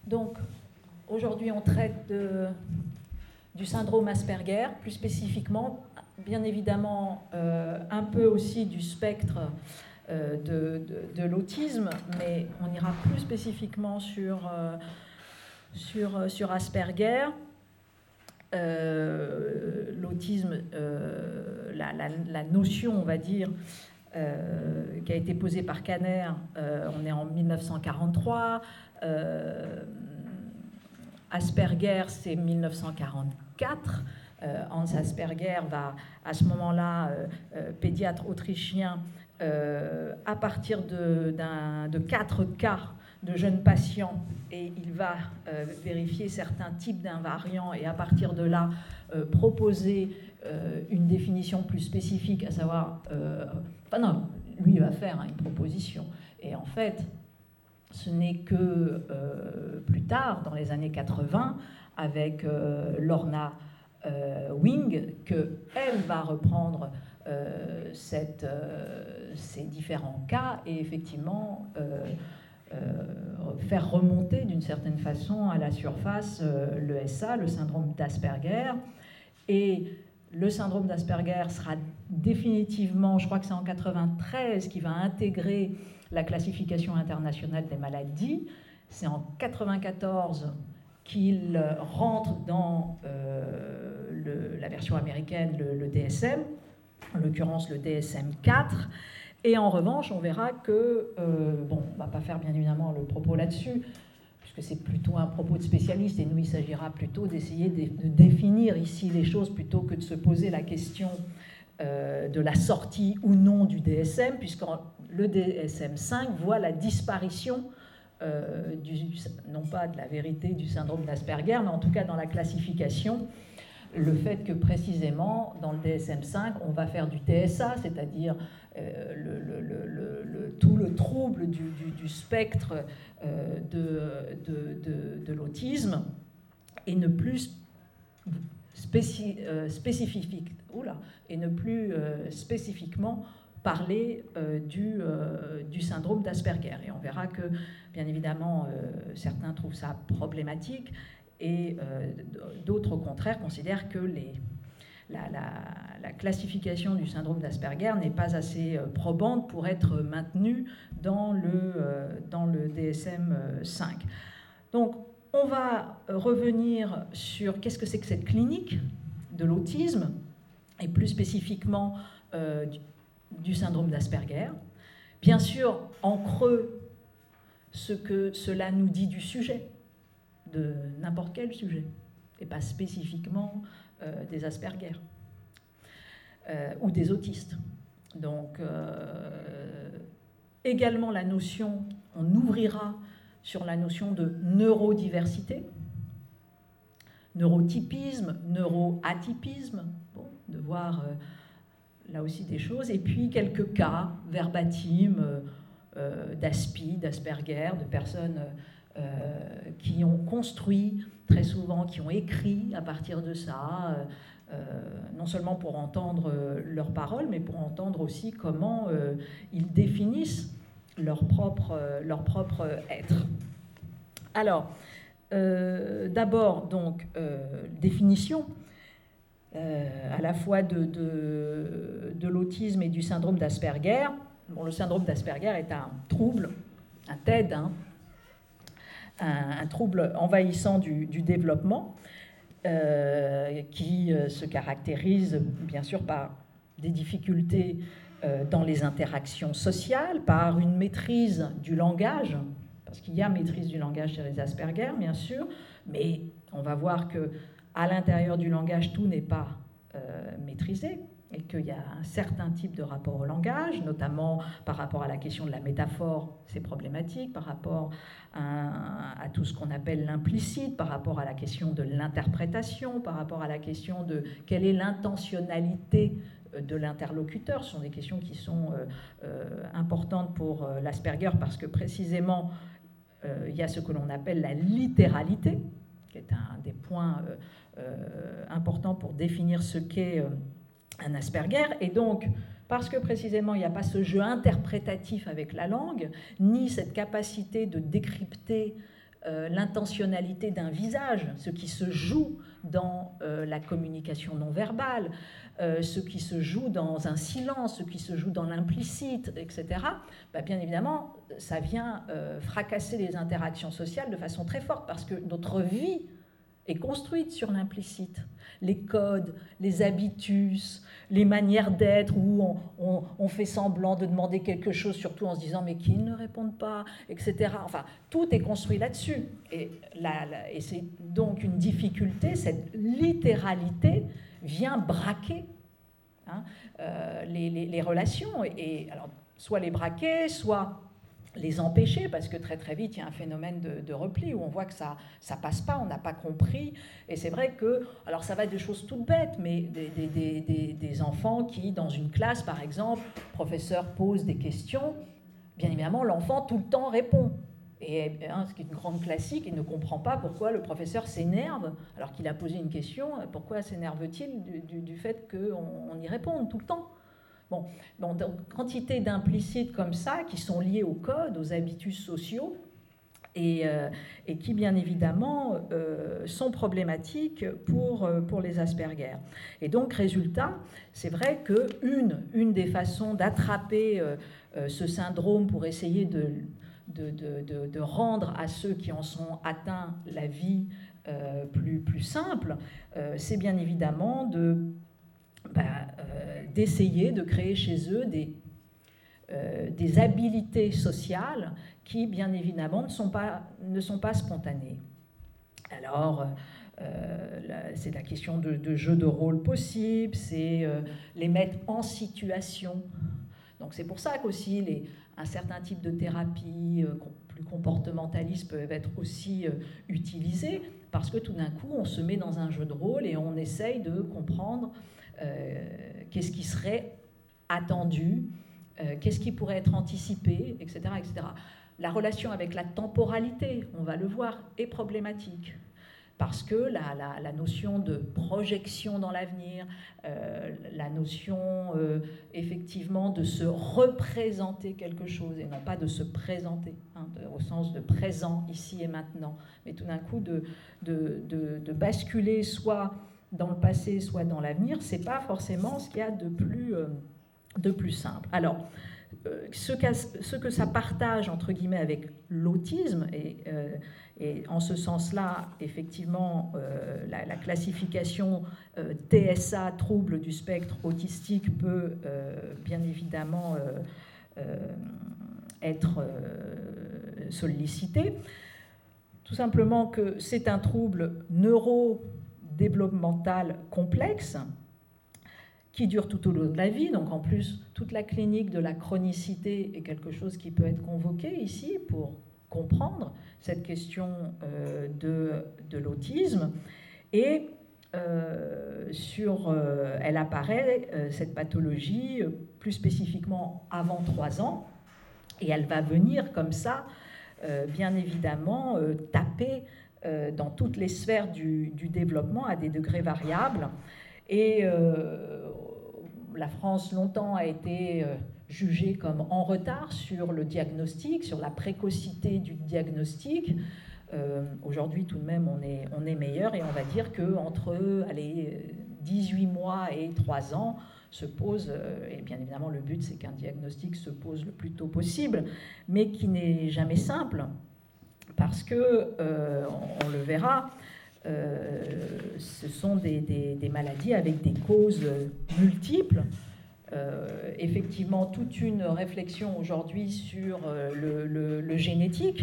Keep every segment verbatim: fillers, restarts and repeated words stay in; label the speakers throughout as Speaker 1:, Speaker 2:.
Speaker 1: Donc, aujourd'hui, on traite de, du syndrome Asperger, plus spécifiquement, bien évidemment, euh, un peu aussi du spectre euh, de, de, de l'autisme, mais on ira plus spécifiquement sur, euh, sur, sur Asperger. Euh, l'autisme, euh, la, la, la notion, on va dire, euh, qui a été posée par Kanner, euh, on est en mille neuf cent quarante-trois, euh, Asperger, c'est mille neuf cent quarante-quatre, euh, Hans Asperger va, à ce moment-là, euh, euh, pédiatre autrichien, euh, à partir de, d'un, de quatre cas de jeunes patients, et il va euh, vérifier certains types d'invariants et à partir de là euh, proposer euh, une définition plus spécifique, à savoir, euh, enfin non, lui il va faire hein, une proposition, et en fait ce n'est que euh, plus tard, dans les années quatre-vingts, avec euh, Lorna euh, Wing, qu'elle va reprendre euh, cette, euh, ces différents cas et effectivement euh, Euh, faire remonter d'une certaine façon à la surface euh, le S A, le syndrome d'Asperger. Et le syndrome d'Asperger sera définitivement, je crois que c'est en quatre-vingt-treize, qui va intégrer la classification internationale des maladies. C'est en quatre-vingt-quatorze qu'il rentre dans euh, le, la version américaine, le, le D S M, en l'occurrence le D S M quatre. Et en revanche, on verra que, euh, bon, on ne va pas faire bien évidemment le propos là-dessus, puisque c'est plutôt un propos de spécialiste, et nous, il s'agira plutôt d'essayer de, de définir ici les choses plutôt que de se poser la question euh, de la sortie ou non du D S M, puisque le D S M cinq voit la disparition, euh, du, non pas de la vérité du syndrome d'Asperger, mais en tout cas dans la classification, le fait que précisément dans le D S M cinq, on va faire du T S A, c'est-à-dire euh, le, le, le, le, tout le trouble du, du, du spectre euh, de, de, de, de l'autisme, et ne plus spéci, euh, spécifique, oula, et ne plus euh, spécifiquement parler euh, du, euh, du syndrome d'Asperger. Et on verra que, bien évidemment, euh, certains trouvent ça problématique, et euh, d'autres, au contraire, considèrent que les, la, la, la classification du syndrome d'Asperger n'est pas assez euh, probante pour être maintenue dans le, euh, dans le D S M cinq. Donc, on va revenir sur qu'est-ce que c'est que cette clinique de l'autisme, et plus spécifiquement euh, du, du syndrome d'Asperger. Bien sûr, en creux, ce que cela nous dit du sujet, de n'importe quel sujet, et pas spécifiquement euh, des Asperger euh, ou des autistes. Donc, euh, également la notion, on ouvrira sur la notion de neurodiversité, neurotypisme, neuroatypisme, bon, de voir euh, là aussi des choses, et puis quelques cas verbatim euh, euh, d'Aspi, d'Asperger, de personnes euh, qui ont construit très souvent, qui ont écrit à partir de ça, euh, non seulement pour entendre euh, leurs paroles, mais pour entendre aussi comment euh, ils définissent leur propre, euh, leur propre être. Alors, euh, d'abord, donc, euh, définition euh, à la fois de, de, de l'autisme et du syndrome d'Asperger. Bon, le syndrome d'Asperger est un trouble, un T E D, hein, un, un trouble envahissant du, du développement euh, qui euh, se caractérise bien sûr par des difficultés euh, dans les interactions sociales, par une maîtrise du langage, parce qu'il y a maîtrise du langage chez les Asperger, bien sûr, mais on va voir qu'à l'intérieur du langage, tout n'est pas euh, maîtrisé, et qu'il y a un certain type de rapport au langage, notamment par rapport à la question de la métaphore, c'est problématique, par rapport à, à tout ce qu'on appelle l'implicite, par rapport à la question de l'interprétation, par rapport à la question de quelle est l'intentionnalité de l'interlocuteur. Ce sont des questions qui sont euh, euh, importantes pour euh, l'Asperger, parce que précisément, euh, il y a ce que l'on appelle la littéralité, qui est un des points euh, euh, importants pour définir ce qu'est euh, un Asperger, et donc, parce que précisément il n'y a pas ce jeu interprétatif avec la langue, ni cette capacité de décrypter euh, l'intentionnalité d'un visage, ce qui se joue dans euh, la communication non verbale, euh, ce qui se joue dans un silence, ce qui se joue dans l'implicite, et cetera, bah, bien évidemment, ça vient euh, fracasser les interactions sociales de façon très forte, parce que notre vie est construite sur l'implicite. Les codes, les habitus, les manières d'être, où on, on, on fait semblant de demander quelque chose, surtout en se disant « mais qu'ils ne répondent pas », et cetera. Enfin, tout est construit là-dessus. Et, la, la, et c'est donc une difficulté, cette littéralité vient braquer hein, euh, les, les, les relations. Et, alors, soit les braquer, soit les empêcher, parce que très très vite il y a un phénomène de, de repli où on voit que ça ça passe pas, on n'a pas compris. Et c'est vrai que, alors ça va être des choses toutes bêtes, mais des, des, des, des, des enfants qui, dans une classe par exemple, le professeur pose des questions, bien évidemment l'enfant tout le temps répond. Et hein, ce qui est une grande classique, il ne comprend pas pourquoi le professeur s'énerve alors qu'il a posé une question. Pourquoi s'énerve-t-il du, du, du fait qu'on on y réponde tout le temps? Bon, bon, donc, quantité d'implicites comme ça qui sont liés au code, aux habitus sociaux et, euh, et qui bien évidemment euh, sont problématiques pour, euh, pour les Asperger. Et donc résultat, c'est vrai qu'une une des façons d'attraper euh, euh, ce syndrome pour essayer de, de, de, de, de rendre à ceux qui en sont atteints la vie euh, plus, plus simple, euh, c'est bien évidemment de Bah, euh, d'essayer de créer chez eux des, euh, des habilités sociales qui, bien évidemment, ne sont pas, ne sont pas spontanées. Alors, euh, c'est la question de, de jeux de rôle possibles, c'est euh, les mettre en situation. Donc c'est pour ça qu'aussi les, un certain type de thérapie euh, plus comportementaliste peuvent être aussi euh, utilisés, parce que tout d'un coup, on se met dans un jeu de rôle et on essaye de comprendre Euh, qu'est-ce qui serait attendu, euh, qu'est-ce qui pourrait être anticipé, et cetera, et cetera. La relation avec la temporalité, on va le voir, est problématique. Parce que la, la, la notion de projection dans l'avenir, euh, la notion euh, effectivement de se représenter quelque chose, et non pas de se présenter, hein, de, au sens de présent, ici et maintenant, mais tout d'un coup de, de, de, de basculer soit dans le passé, soit dans l'avenir, c'est pas forcément ce qu'il y a de plus, euh, de plus simple. Alors, euh, ce, ce que ça partage, entre guillemets, avec l'autisme, et, euh, et en ce sens-là, effectivement, euh, la, la classification euh, T S A, trouble du spectre autistique, peut euh, bien évidemment euh, euh, être euh, sollicitée. Tout simplement que c'est un trouble neuro développemental complexe qui dure tout au long de la vie. Donc en plus, toute la clinique de la chronicité est quelque chose qui peut être convoqué ici pour comprendre cette question euh, de, de l'autisme. Et euh, sur, euh, elle apparaît, euh, cette pathologie, euh, plus spécifiquement avant trois ans, et elle va venir comme ça, euh, bien évidemment, euh, taper dans toutes les sphères du, du développement à des degrés variables. Et euh, la France, longtemps, a été euh, jugée comme en retard sur le diagnostic, sur la précocité du diagnostic. Euh, aujourd'hui, tout de même, on est, on est meilleur, et on va dire qu'entre dix-huit mois et trois ans, se pose, euh, et bien évidemment, le but, c'est qu'un diagnostic se pose le plus tôt possible, mais qui n'est jamais simple. Parce que, euh, on, on le verra, euh, ce sont des, des, des maladies avec des causes multiples. Euh, effectivement, toute une réflexion aujourd'hui sur euh, le, le, le génétique,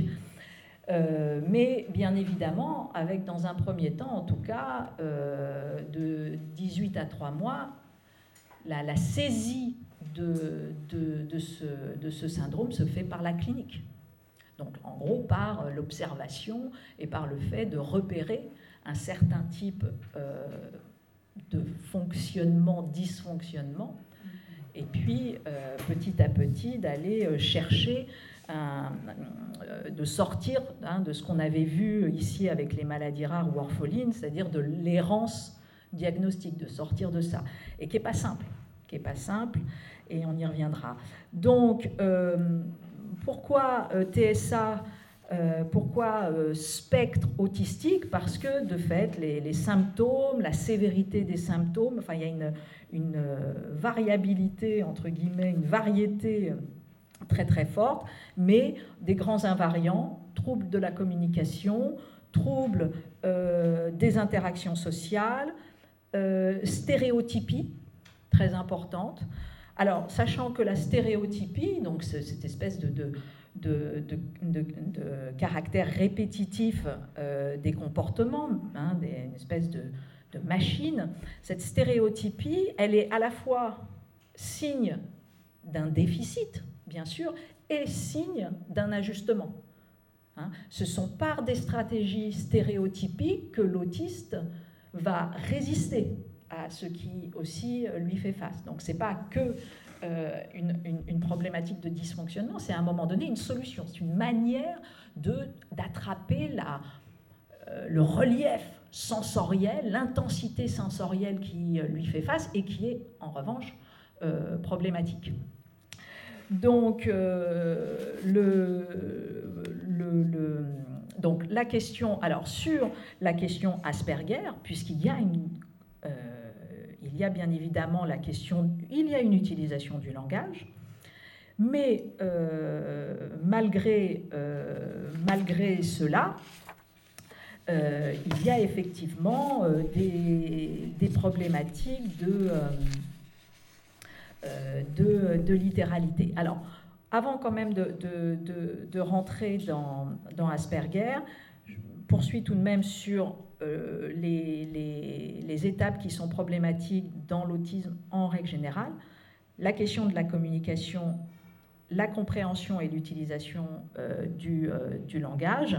Speaker 1: euh, mais bien évidemment, avec dans un premier temps, en tout cas, euh, de dix-huit à trois mois, la, la saisie de, de, de, ce, de ce syndrome se fait par la clinique. Donc, en gros, par l'observation et par le fait de repérer un certain type euh, de fonctionnement, dysfonctionnement, et puis, euh, petit à petit, d'aller chercher, un, euh, de sortir hein, de ce qu'on avait vu ici avec les maladies rares ou orphelines, c'est-à-dire de l'errance diagnostique, de sortir de ça, et qui n'est pas simple, qui n'est pas simple, et on y reviendra. Donc, euh, pourquoi euh, T S A Euh, pourquoi euh, spectre autistique? Parce que, de fait, les, les symptômes, la sévérité des symptômes, enfin, il y a une, une euh, variabilité, entre guillemets, une variété très très forte, mais des grands invariants, troubles de la communication, troubles euh, des interactions sociales, euh, stéréotypie, très importante. Alors, sachant que la stéréotypie, donc cette espèce de, de, de, de, de, de caractère répétitif euh, des comportements, hein, des, une espèce de, de machine, cette stéréotypie, elle est à la fois signe d'un déficit, bien sûr, et signe d'un ajustement. Hein, ce sont par des stratégies stéréotypiques que l'autiste va résister à ce qui aussi lui fait face. Donc ce n'est pas que euh, une, une, une problématique de dysfonctionnement, c'est à un moment donné une solution, c'est une manière de, d'attraper la, euh, le relief sensoriel, l'intensité sensorielle qui lui fait face et qui est en revanche euh, problématique. Donc, euh, le, le, le, donc la question, alors sur la question Asperger, puisqu'il y a une, euh, il y a bien évidemment la question, il y a une utilisation du langage, mais euh, malgré, euh, malgré cela, euh, il y a effectivement euh, des, des problématiques de euh, De, de littéralité. Alors, avant quand même de, de, de, de rentrer dans, dans Asperger, je poursuis tout de même sur euh, les, les, les étapes qui sont problématiques dans l'autisme en règle générale. La question de la communication, la compréhension et l'utilisation euh, du, euh, du langage,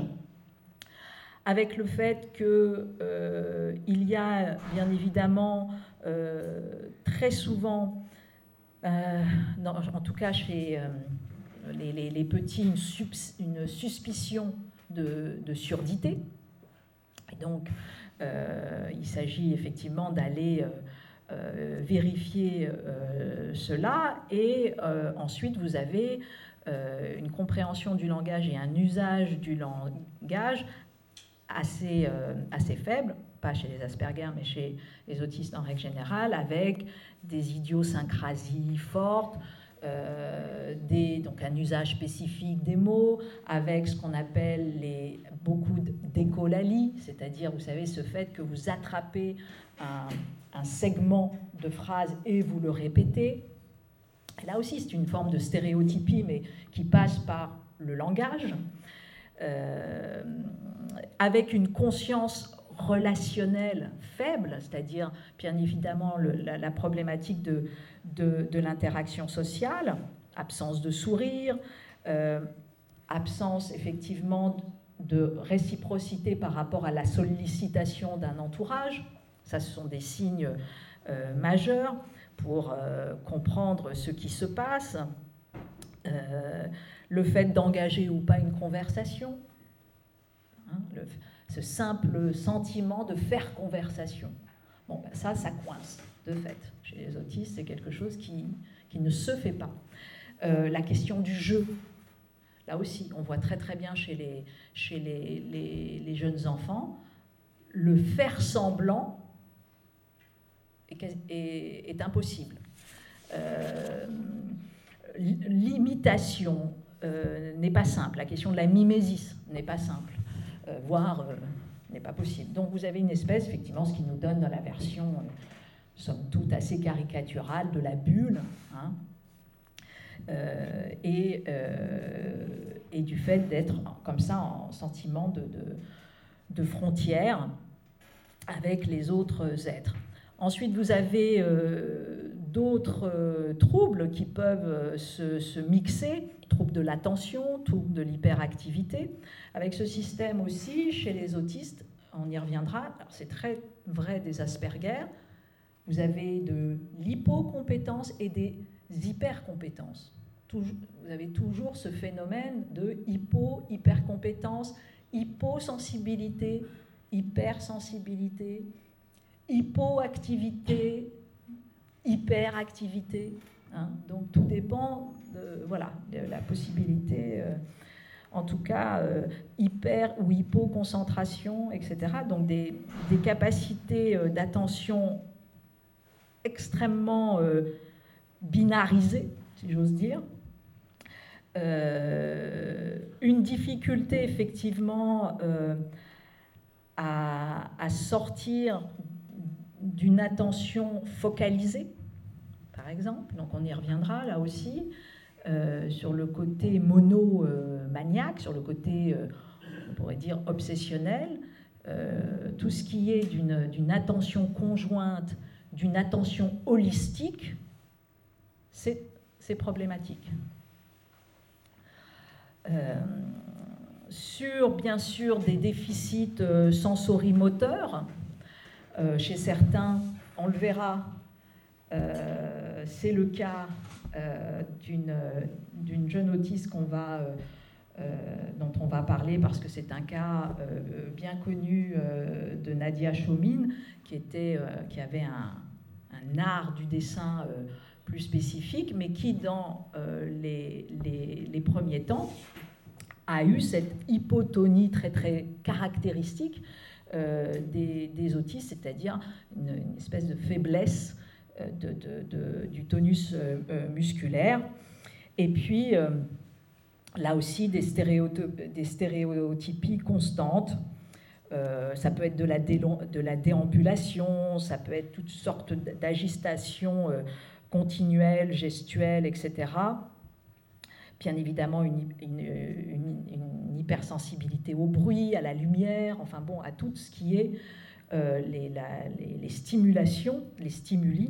Speaker 1: avec le fait qu'il euh, y a bien évidemment euh, très souvent Euh, non, en tout cas chez euh, les, les, les petits, une, subs, une suspicion de, de surdité. Et donc, euh, il s'agit effectivement d'aller euh, euh, vérifier euh, cela. Et euh, ensuite, vous avez euh, une compréhension du langage et un usage du langage assez, euh, assez faible, pas chez les Asperger, mais chez les autistes en règle générale, avec des idiosyncrasies fortes, euh, des, donc un usage spécifique des mots, avec ce qu'on appelle les, beaucoup d'écholalie, c'est-à-dire, vous savez, ce fait que vous attrapez un, un segment de phrase et vous le répétez. Et là aussi, c'est une forme de stéréotypie, mais qui passe par le langage. Euh, avec une conscience relationnelle faible, c'est-à-dire bien évidemment le, la, la problématique de, de, de l'interaction sociale, absence de sourire, euh, absence effectivement de réciprocité par rapport à la sollicitation d'un entourage. Ça, ce sont des signes euh, majeurs pour euh, comprendre ce qui se passe. Euh, le fait d'engager ou pas une conversation, hein, le, ce simple sentiment de faire conversation. Bon, ben ça, ça coince, de fait. Chez les autistes, c'est quelque chose qui, qui ne se fait pas. Euh, la question du jeu, là aussi, on voit très très bien chez les, chez les, les, les jeunes enfants, le faire semblant est, est, est impossible. Euh, L'imitation euh, n'est pas simple. La question de la mimésis n'est pas simple, euh, voire euh, n'est pas possible. Donc vous avez une espèce, effectivement, ce qui nous donne dans la version, euh, somme toute, assez caricaturale de la bulle, hein, euh, et, euh, et du fait d'être comme ça en sentiment de, de, de frontière avec les autres êtres. Ensuite, vous avez euh, d'autres euh, troubles qui peuvent euh, se, se mixer, troubles de l'attention, troubles de l'hyperactivité. Avec ce système aussi, chez les autistes, on y reviendra, c'est très vrai des Asperger, vous avez de l'hypocompétence et des hypercompétences. Toujours, vous avez toujours ce phénomène de hypo-hypercompétence, hyposensibilité, hypersensibilité, hypoactivité, hyperactivité. Hein. Donc tout dépend de, voilà, de la possibilité. Euh, en tout cas euh, hyper ou hypoconcentration, et cetera. Donc des, des capacités euh, d'attention extrêmement euh, binarisées, si j'ose dire. Euh, une difficulté effectivement euh, à, à sortir d'une attention focalisée, par exemple. Donc on y reviendra là aussi. Euh, sur le côté monomaniaque, sur le côté, euh, on pourrait dire, obsessionnel, euh, tout ce qui est d'une, d'une attention conjointe, d'une attention holistique, c'est, c'est problématique. Euh, sur, bien sûr, des déficits euh, sensorimoteurs, euh, chez certains, on le verra, euh, c'est le cas Euh, d'une, d'une jeune autiste qu'on va, euh, euh, dont on va parler parce que c'est un cas euh, bien connu euh, de Nadia Chomin, qui, était, euh, qui avait un, un art du dessin euh, plus spécifique, mais qui, dans euh, les, les, les premiers temps, a eu cette hypotonie très, très caractéristique euh, des, des autistes, c'est-à-dire une, une espèce de faiblesse De, de, de, du tonus euh, musculaire. Et puis, euh, là aussi, des, des stéréotypies constantes. Euh, ça peut être de la, de la déambulation, ça peut être toutes sortes d'agitation euh, continuelle, gestuelle, et cetera. Bien évidemment, une, une, une, une hypersensibilité au bruit, à la lumière, enfin bon, à tout ce qui est Euh, les, la, les, les stimulations, les stimuli.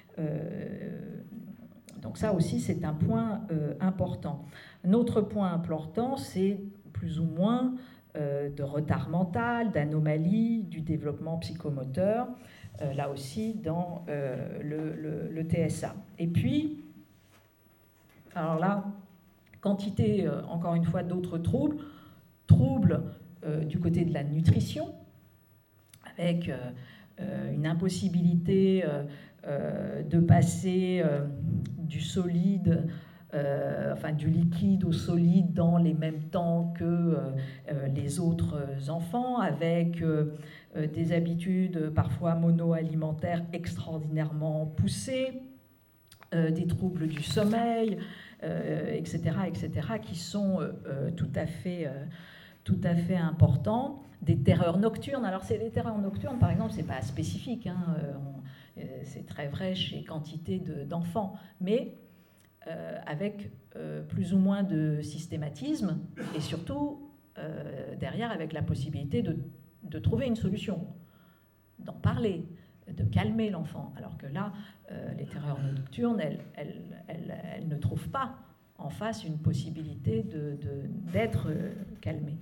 Speaker 1: Euh, donc ça aussi, c'est un point euh, important. Un autre point important, c'est plus ou moins euh, de retard mental, d'anomalie, du développement psychomoteur, euh, là aussi dans euh, le, le, le T S A. Et puis, alors là, quantité, euh, encore une fois, d'autres troubles, troubles euh, du côté de la nutrition, avec euh, euh, une impossibilité euh, euh, de passer euh, du solide, euh, enfin du liquide au solide dans les mêmes temps que euh, les autres enfants, avec euh, des habitudes parfois mono-alimentaires extraordinairement poussées, euh, des troubles du sommeil, euh, et cetera, et cetera, qui sont euh, tout à fait, euh, tout à fait importants. Des terreurs nocturnes. Alors, c'est les terreurs nocturnes, par exemple, c'est pas spécifique, hein, euh, on, euh, c'est très vrai chez quantité de, d'enfants, mais euh, avec euh, plus ou moins de systématisme et surtout euh, derrière avec la possibilité de, de trouver une solution, d'en parler, de calmer l'enfant. Alors que là, euh, les terreurs nocturnes, elles, elles, elles, elles ne trouvent pas en face une possibilité de, de, d'être euh, calmées.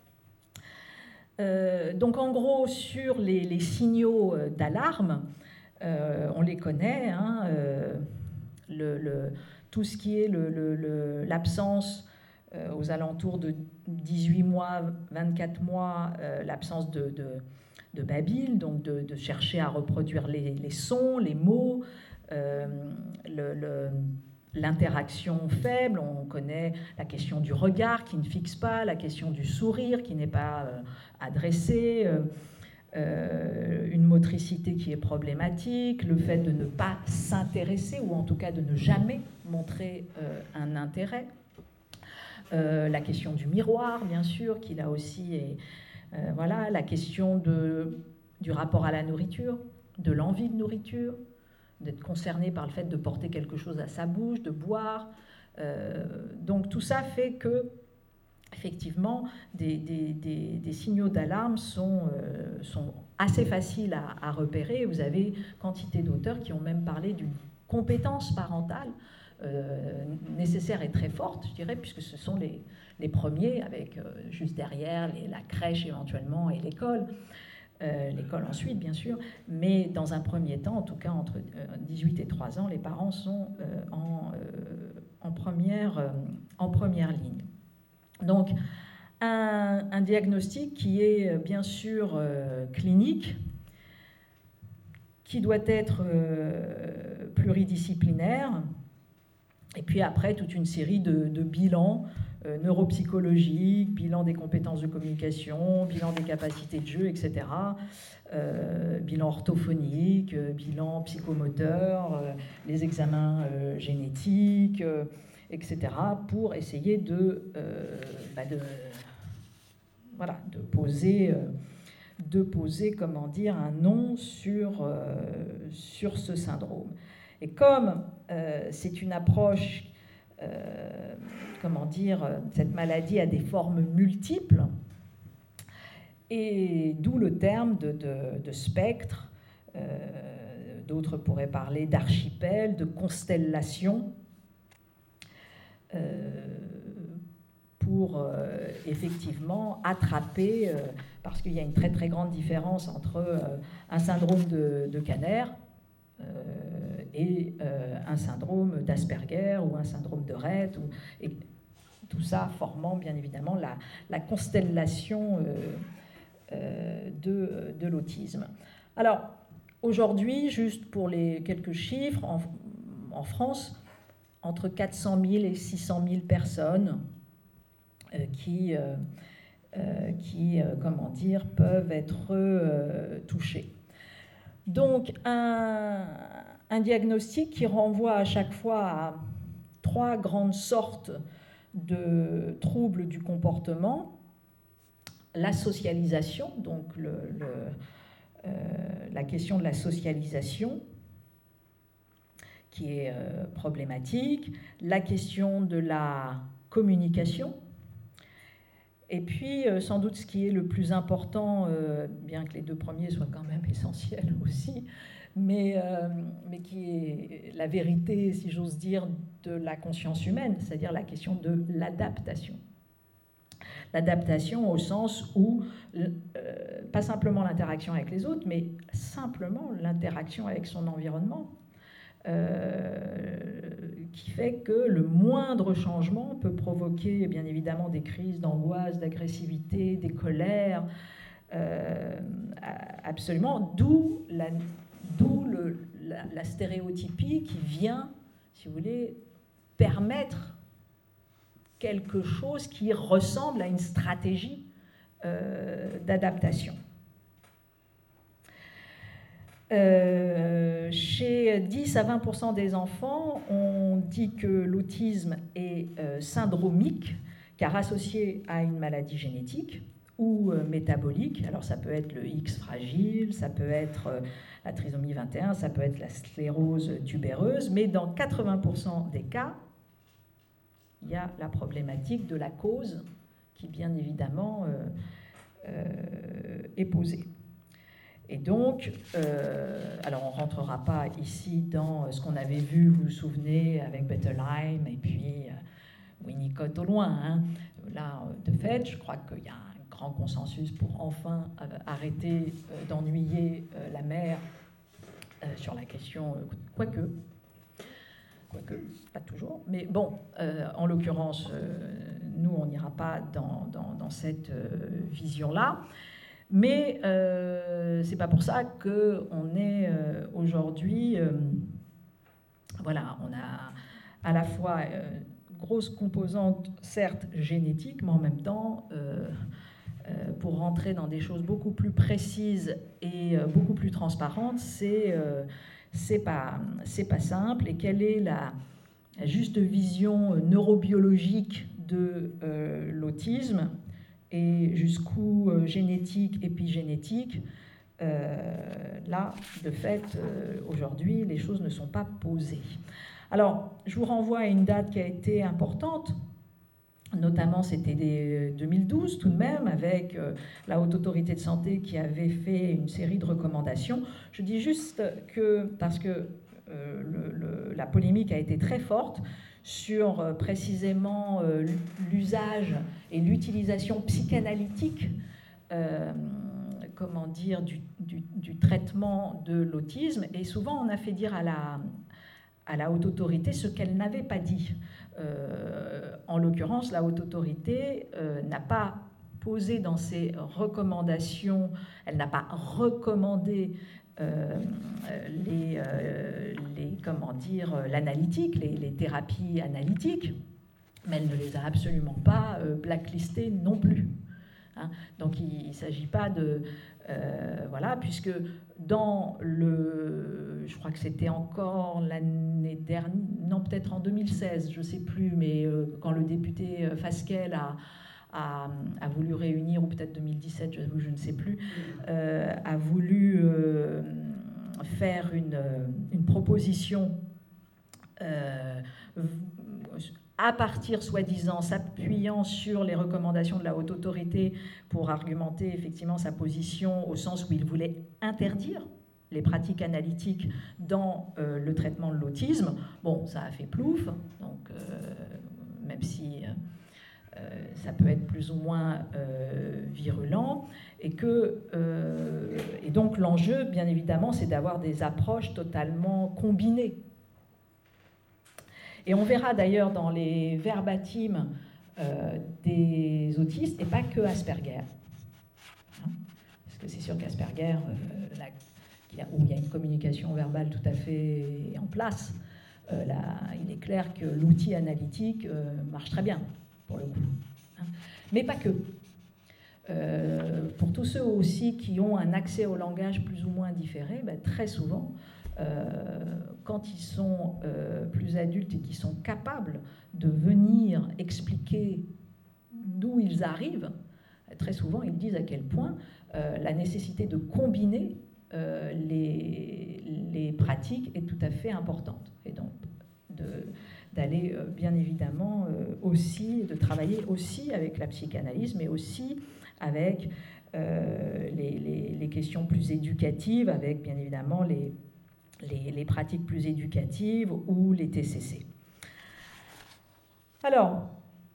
Speaker 1: Euh, donc en gros, sur les, les signaux d'alarme, euh, on les connaît, hein, euh, le, le, tout ce qui est le, le, l'absence euh, aux alentours de dix-huit mois, vingt-quatre mois, euh, l'absence de, de, de babyle, donc de, de chercher à reproduire les, les sons, les mots, euh, le, le l'interaction faible, on connaît la question du regard qui ne fixe pas, la question du sourire qui n'est pas euh, adressé, euh, euh, une motricité qui est problématique, le fait de ne pas s'intéresser ou en tout cas de ne jamais montrer euh, un intérêt, euh, la question du miroir bien sûr qui là aussi est, euh, voilà, la question de, du rapport à la nourriture, de l'envie de nourriture, d'être concerné par le fait de porter quelque chose à sa bouche, de boire. Euh, donc tout ça fait que, effectivement, des, des, des, des signaux d'alarme sont, euh, sont assez faciles à, à repérer. Vous avez quantité d'auteurs qui ont même parlé d'une compétence parentale euh, nécessaire et très forte, je dirais, puisque ce sont les, les premiers, avec euh, juste derrière les, la crèche éventuellement et l'école. Euh, l'école ensuite, bien sûr, mais dans un premier temps, en tout cas entre dix-huit et trois ans, les parents sont euh, en, euh, en, première, euh, en première ligne. Donc, un, un diagnostic qui est bien sûr euh, clinique, qui doit être euh, pluridisciplinaire, et puis après toute une série de, de bilans euh, neuropsychologique, bilan des compétences de communication, bilan des capacités de jeu, et cetera, euh, bilan orthophonique, euh, bilan psychomoteur, euh, les examens euh, génétiques, euh, et cetera, pour essayer de, euh, bah de, voilà, de poser... Euh, de poser, comment dire, un nom sur, euh, sur ce syndrome. Et comme euh, c'est une approche, euh, comment dire, cette maladie a des formes multiples, et d'où le terme de, de, de spectre, euh, d'autres pourraient parler d'archipel, de constellation, euh, pour euh, effectivement attraper, euh, parce qu'il y a une très très grande différence entre euh, un syndrome de, de Kanner euh, et euh, un syndrome d'Asperger ou un syndrome de Rett, ou, et tout ça formant bien évidemment la, la constellation euh, euh, de, de l'autisme. Alors aujourd'hui, juste pour les quelques chiffres, en, en France, entre quatre cent mille et six cent mille personnes qui, euh, euh, qui euh, comment dire, peuvent être euh, touchés. Donc, un, un diagnostic qui renvoie à chaque fois à trois grandes sortes de troubles du comportement. La socialisation, donc le, le, euh, la question de la socialisation, qui est euh, problématique, la question de la communication, et puis, euh, sans doute, ce qui est le plus important, euh, bien que les deux premiers soient quand même essentiels aussi, mais, euh, mais qui est la vérité, si j'ose dire, de la conscience humaine, c'est-à-dire la question de l'adaptation. L'adaptation au sens où, euh, pas simplement l'interaction avec les autres, mais simplement l'interaction avec son environnement. Euh, qui fait que le moindre changement peut provoquer bien évidemment des crises d'angoisse, d'agressivité, des colères, euh, absolument, d'où la, d'où le, la, la stéréotypie qui vient, si vous voulez, permettre quelque chose qui ressemble à une stratégie euh, d'adaptation. Euh, chez dix à vingt pour cent des enfants, on dit que l'autisme est euh, syndromique, car associé à une maladie génétique ou euh, métabolique. Alors ça peut être le X fragile, ça peut être euh, la trisomie vingt et un, ça peut être la sclérose tubéreuse, mais dans quatre-vingts pour cent des cas, il y a la problématique de la cause qui, bien évidemment, euh, euh, est posée. Et donc, euh, alors on ne rentrera pas ici dans ce qu'on avait vu, vous vous souvenez, avec Bettelheim et puis euh, Winnicott au loin. Hein. Là, de fait, je crois qu'il y a un grand consensus pour enfin euh, arrêter euh, d'ennuyer euh, la mère euh, sur la question, euh, quoique, quoique, pas toujours. Mais bon, euh, en l'occurrence, euh, nous, on n'ira pas dans, dans, dans cette euh, vision-là. Mais euh, c'est pas pour ça qu'on est euh, aujourd'hui, euh, voilà, on a à la fois euh, grosse composante, certes génétique, mais en même temps, euh, euh, pour rentrer dans des choses beaucoup plus précises et euh, beaucoup plus transparentes, c'est euh, c'est pas, c'est pas simple. Et quelle est la, la juste vision neurobiologique de euh, l'autisme ? Et jusqu'où euh, génétique, épigénétique, euh, là, de fait, euh, aujourd'hui, les choses ne sont pas posées. Alors, je vous renvoie à une date qui a été importante, notamment c'était deux mille douze tout de même, avec euh, la Haute Autorité de Santé qui avait fait une série de recommandations. Je dis juste que, parce que euh, le, le, la polémique a été très forte, sur euh, précisément euh, l'usage et l'utilisation psychanalytique euh, comment dire, du, du, du traitement de l'autisme. Et souvent, on a fait dire à la, à la haute autorité ce qu'elle n'avait pas dit. Euh, en l'occurrence, la haute autorité euh, n'a pas posé dans ses recommandations, elle n'a pas recommandé Euh, les, euh, les, comment dire, l'analytique, les, les thérapies analytiques, mais elle ne les a absolument pas euh, blacklistés non plus. Hein. Donc il ne s'agit pas de... Euh, voilà, puisque dans le... Je crois que c'était encore l'année dernière, non peut-être en deux mille seize, je ne sais plus, mais euh, quand le député Fasquelle a, a, a voulu réunir, ou peut-être deux mille dix-sept, je, je ne sais plus, euh, a voulu euh, faire une, une proposition euh, à partir, soi-disant, s'appuyant sur les recommandations de la Haute Autorité pour argumenter effectivement sa position au sens où il voulait interdire les pratiques analytiques dans euh, le traitement de l'autisme. Bon, ça a fait plouf, donc euh, même si euh, ça peut être plus ou moins euh, virulent, et, que, euh, et donc l'enjeu, bien évidemment, c'est d'avoir des approches totalement combinées. Et on verra d'ailleurs dans les verbatims euh, des autistes, et pas que Asperger. Hein, parce que c'est sûr qu'Asperger, euh, la, où il y a une communication verbale tout à fait en place, euh, là, il est clair que l'outil analytique euh, marche très bien, pour le coup. Hein. Mais pas que. Euh, pour tous ceux aussi qui ont un accès au langage plus ou moins différé, ben, très souvent, Euh, quand ils sont euh, plus adultes et qui sont capables de venir expliquer d'où ils arrivent, très souvent ils disent à quel point euh, la nécessité de combiner euh, les, les pratiques est tout à fait importante. Et donc de, d'aller euh, bien évidemment euh, aussi, de travailler aussi avec la psychanalyse, mais aussi avec euh, les, les, les questions plus éducatives, avec bien évidemment les Les, les pratiques plus éducatives ou les T C C. Alors,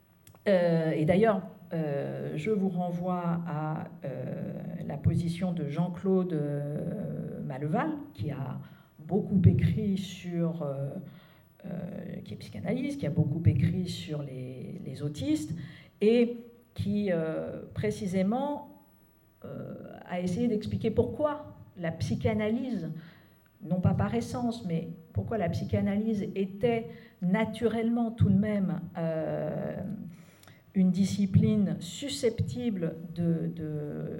Speaker 1: euh, et d'ailleurs, euh, je vous renvoie à euh, la position de Jean-Claude euh, Malleval, qui a beaucoup écrit sur, euh, euh, qui est psychanalyste, qui a beaucoup écrit sur les, les autistes, et qui euh, précisément euh, a essayé d'expliquer pourquoi la psychanalyse, non pas par essence, mais pourquoi la psychanalyse était naturellement tout de même euh, une discipline susceptible de, de,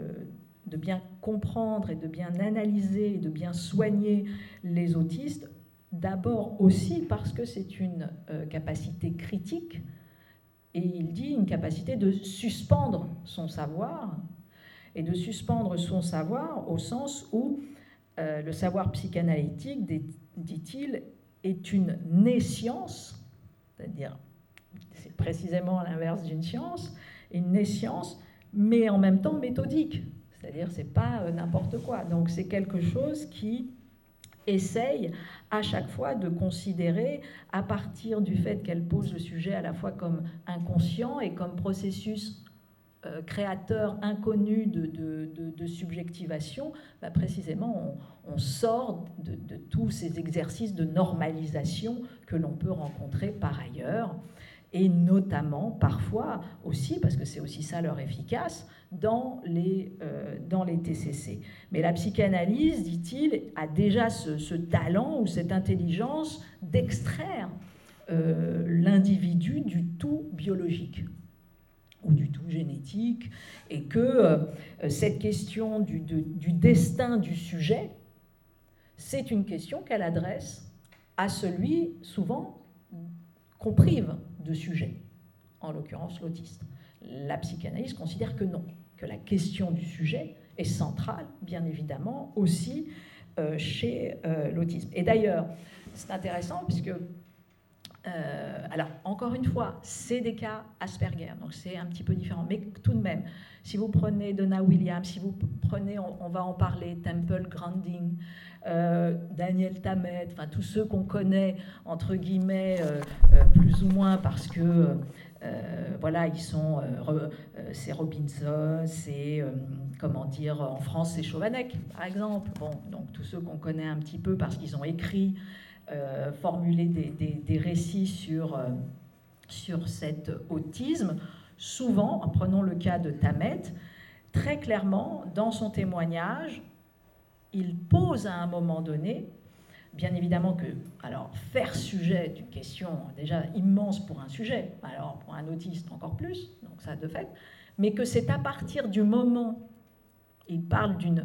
Speaker 1: de bien comprendre et de bien analyser et de bien soigner les autistes, d'abord aussi parce que c'est une euh, capacité critique, et il dit une capacité de suspendre son savoir, et de suspendre son savoir au sens où Euh, le savoir psychanalytique, dit-il, est une nescience, c'est-à-dire, c'est précisément l'inverse d'une science, une nescience, mais en même temps méthodique, c'est-à-dire c'est pas euh, n'importe quoi. Donc c'est quelque chose qui essaye à chaque fois de considérer, à partir du fait qu'elle pose le sujet à la fois comme inconscient et comme processus Euh, créateur inconnu de, de, de, de subjectivation, bah précisément on, on sort de, de tous ces exercices de normalisation que l'on peut rencontrer par ailleurs, et notamment parfois aussi, parce que c'est aussi ça leur efficace, dans les, euh, dans les T C C. Mais la psychanalyse, dit-il, a déjà ce, ce talent ou cette intelligence d'extraire euh, l'individu du tout biologique ou du tout génétique, et que euh, cette question du, de, du destin du sujet, c'est une question qu'elle adresse à celui, souvent, qu'on prive de sujet, en l'occurrence l'autiste. La psychanalyse considère que non, que la question du sujet est centrale, bien évidemment, aussi euh, chez euh, l'autisme. Et d'ailleurs, c'est intéressant, puisque Euh, alors, encore une fois, c'est des cas Asperger, donc c'est un petit peu différent. Mais tout de même, si vous prenez Donna Williams, si vous prenez, on, on va en parler, Temple Grandin, euh, Daniel Tammet, enfin tous ceux qu'on connaît, entre guillemets, euh, euh, plus ou moins parce que, euh, voilà, ils sont, euh, re, euh, c'est Robinson, c'est, euh, comment dire, en France, c'est Chovanec, par exemple. Bon, donc tous ceux qu'on connaît un petit peu parce qu'ils ont écrit, Euh, formuler des, des, des récits sur, euh, sur cet autisme. Souvent, en prenant le cas de Tammet, très clairement, dans son témoignage, il pose à un moment donné bien évidemment que, alors, faire sujet d'une question déjà immense pour un sujet, alors pour un autiste encore plus, donc ça de fait, mais que c'est à partir du moment, il parle d'une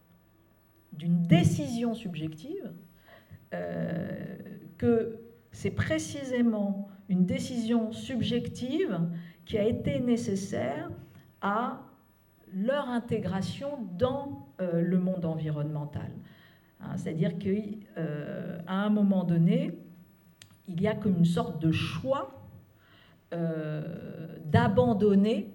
Speaker 1: d'une décision subjective, euh, que c'est précisément une décision subjective qui a été nécessaire à leur intégration dans euh, le monde environnemental. Hein, c'est-à-dire qu'à euh, un moment donné, il y a comme une sorte de choix euh, d'abandonner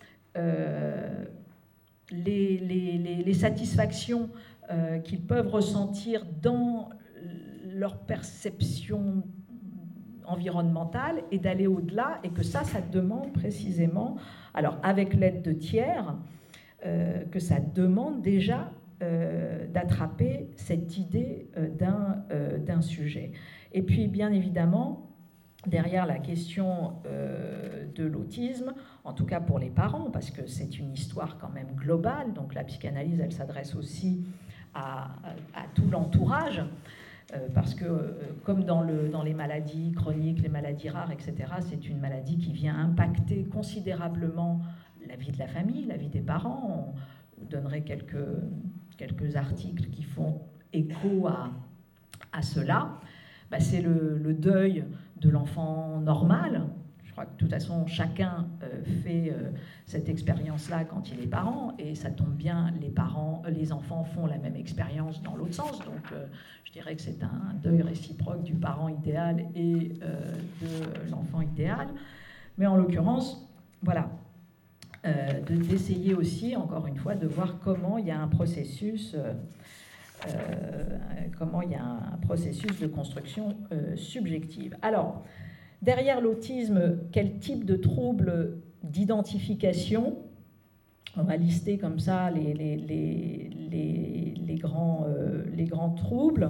Speaker 1: euh, les, les, les, les satisfactions euh, qu'ils peuvent ressentir dans leur perception environnementale et d'aller au-delà, et que ça, ça demande précisément, alors avec l'aide de tiers, euh, que ça demande déjà euh, d'attraper cette idée euh, d'un euh, d'un sujet. Et puis, bien évidemment, derrière la question euh, de l'autisme, en tout cas pour les parents, parce que c'est une histoire quand même globale, donc la psychanalyse, elle s'adresse aussi à, à, à tout l'entourage, euh, parce que euh, comme dans, le, dans les maladies chroniques, les maladies rares, et cetera, c'est une maladie qui vient impacter considérablement la vie de la famille, la vie des parents. On vous donnerait quelques, quelques articles qui font écho à, à cela. Bah, c'est le, le deuil de l'enfant normal. Je crois que de toute façon, chacun euh, fait euh, cette expérience-là quand il est parent, et ça tombe bien, les parents, euh, les enfants font la même expérience dans l'autre sens. Donc, euh, je dirais que c'est un deuil réciproque du parent idéal et euh, de l'enfant idéal. Mais en l'occurrence, voilà, euh, de, d'essayer aussi, encore une fois, de voir comment il y a un processus... Euh, Euh, comment il y a un processus de construction euh, subjective. Alors, derrière l'autisme, quel type de troubles d'identification? On va lister comme ça les, les, les, les, les, grands, euh, les grands troubles.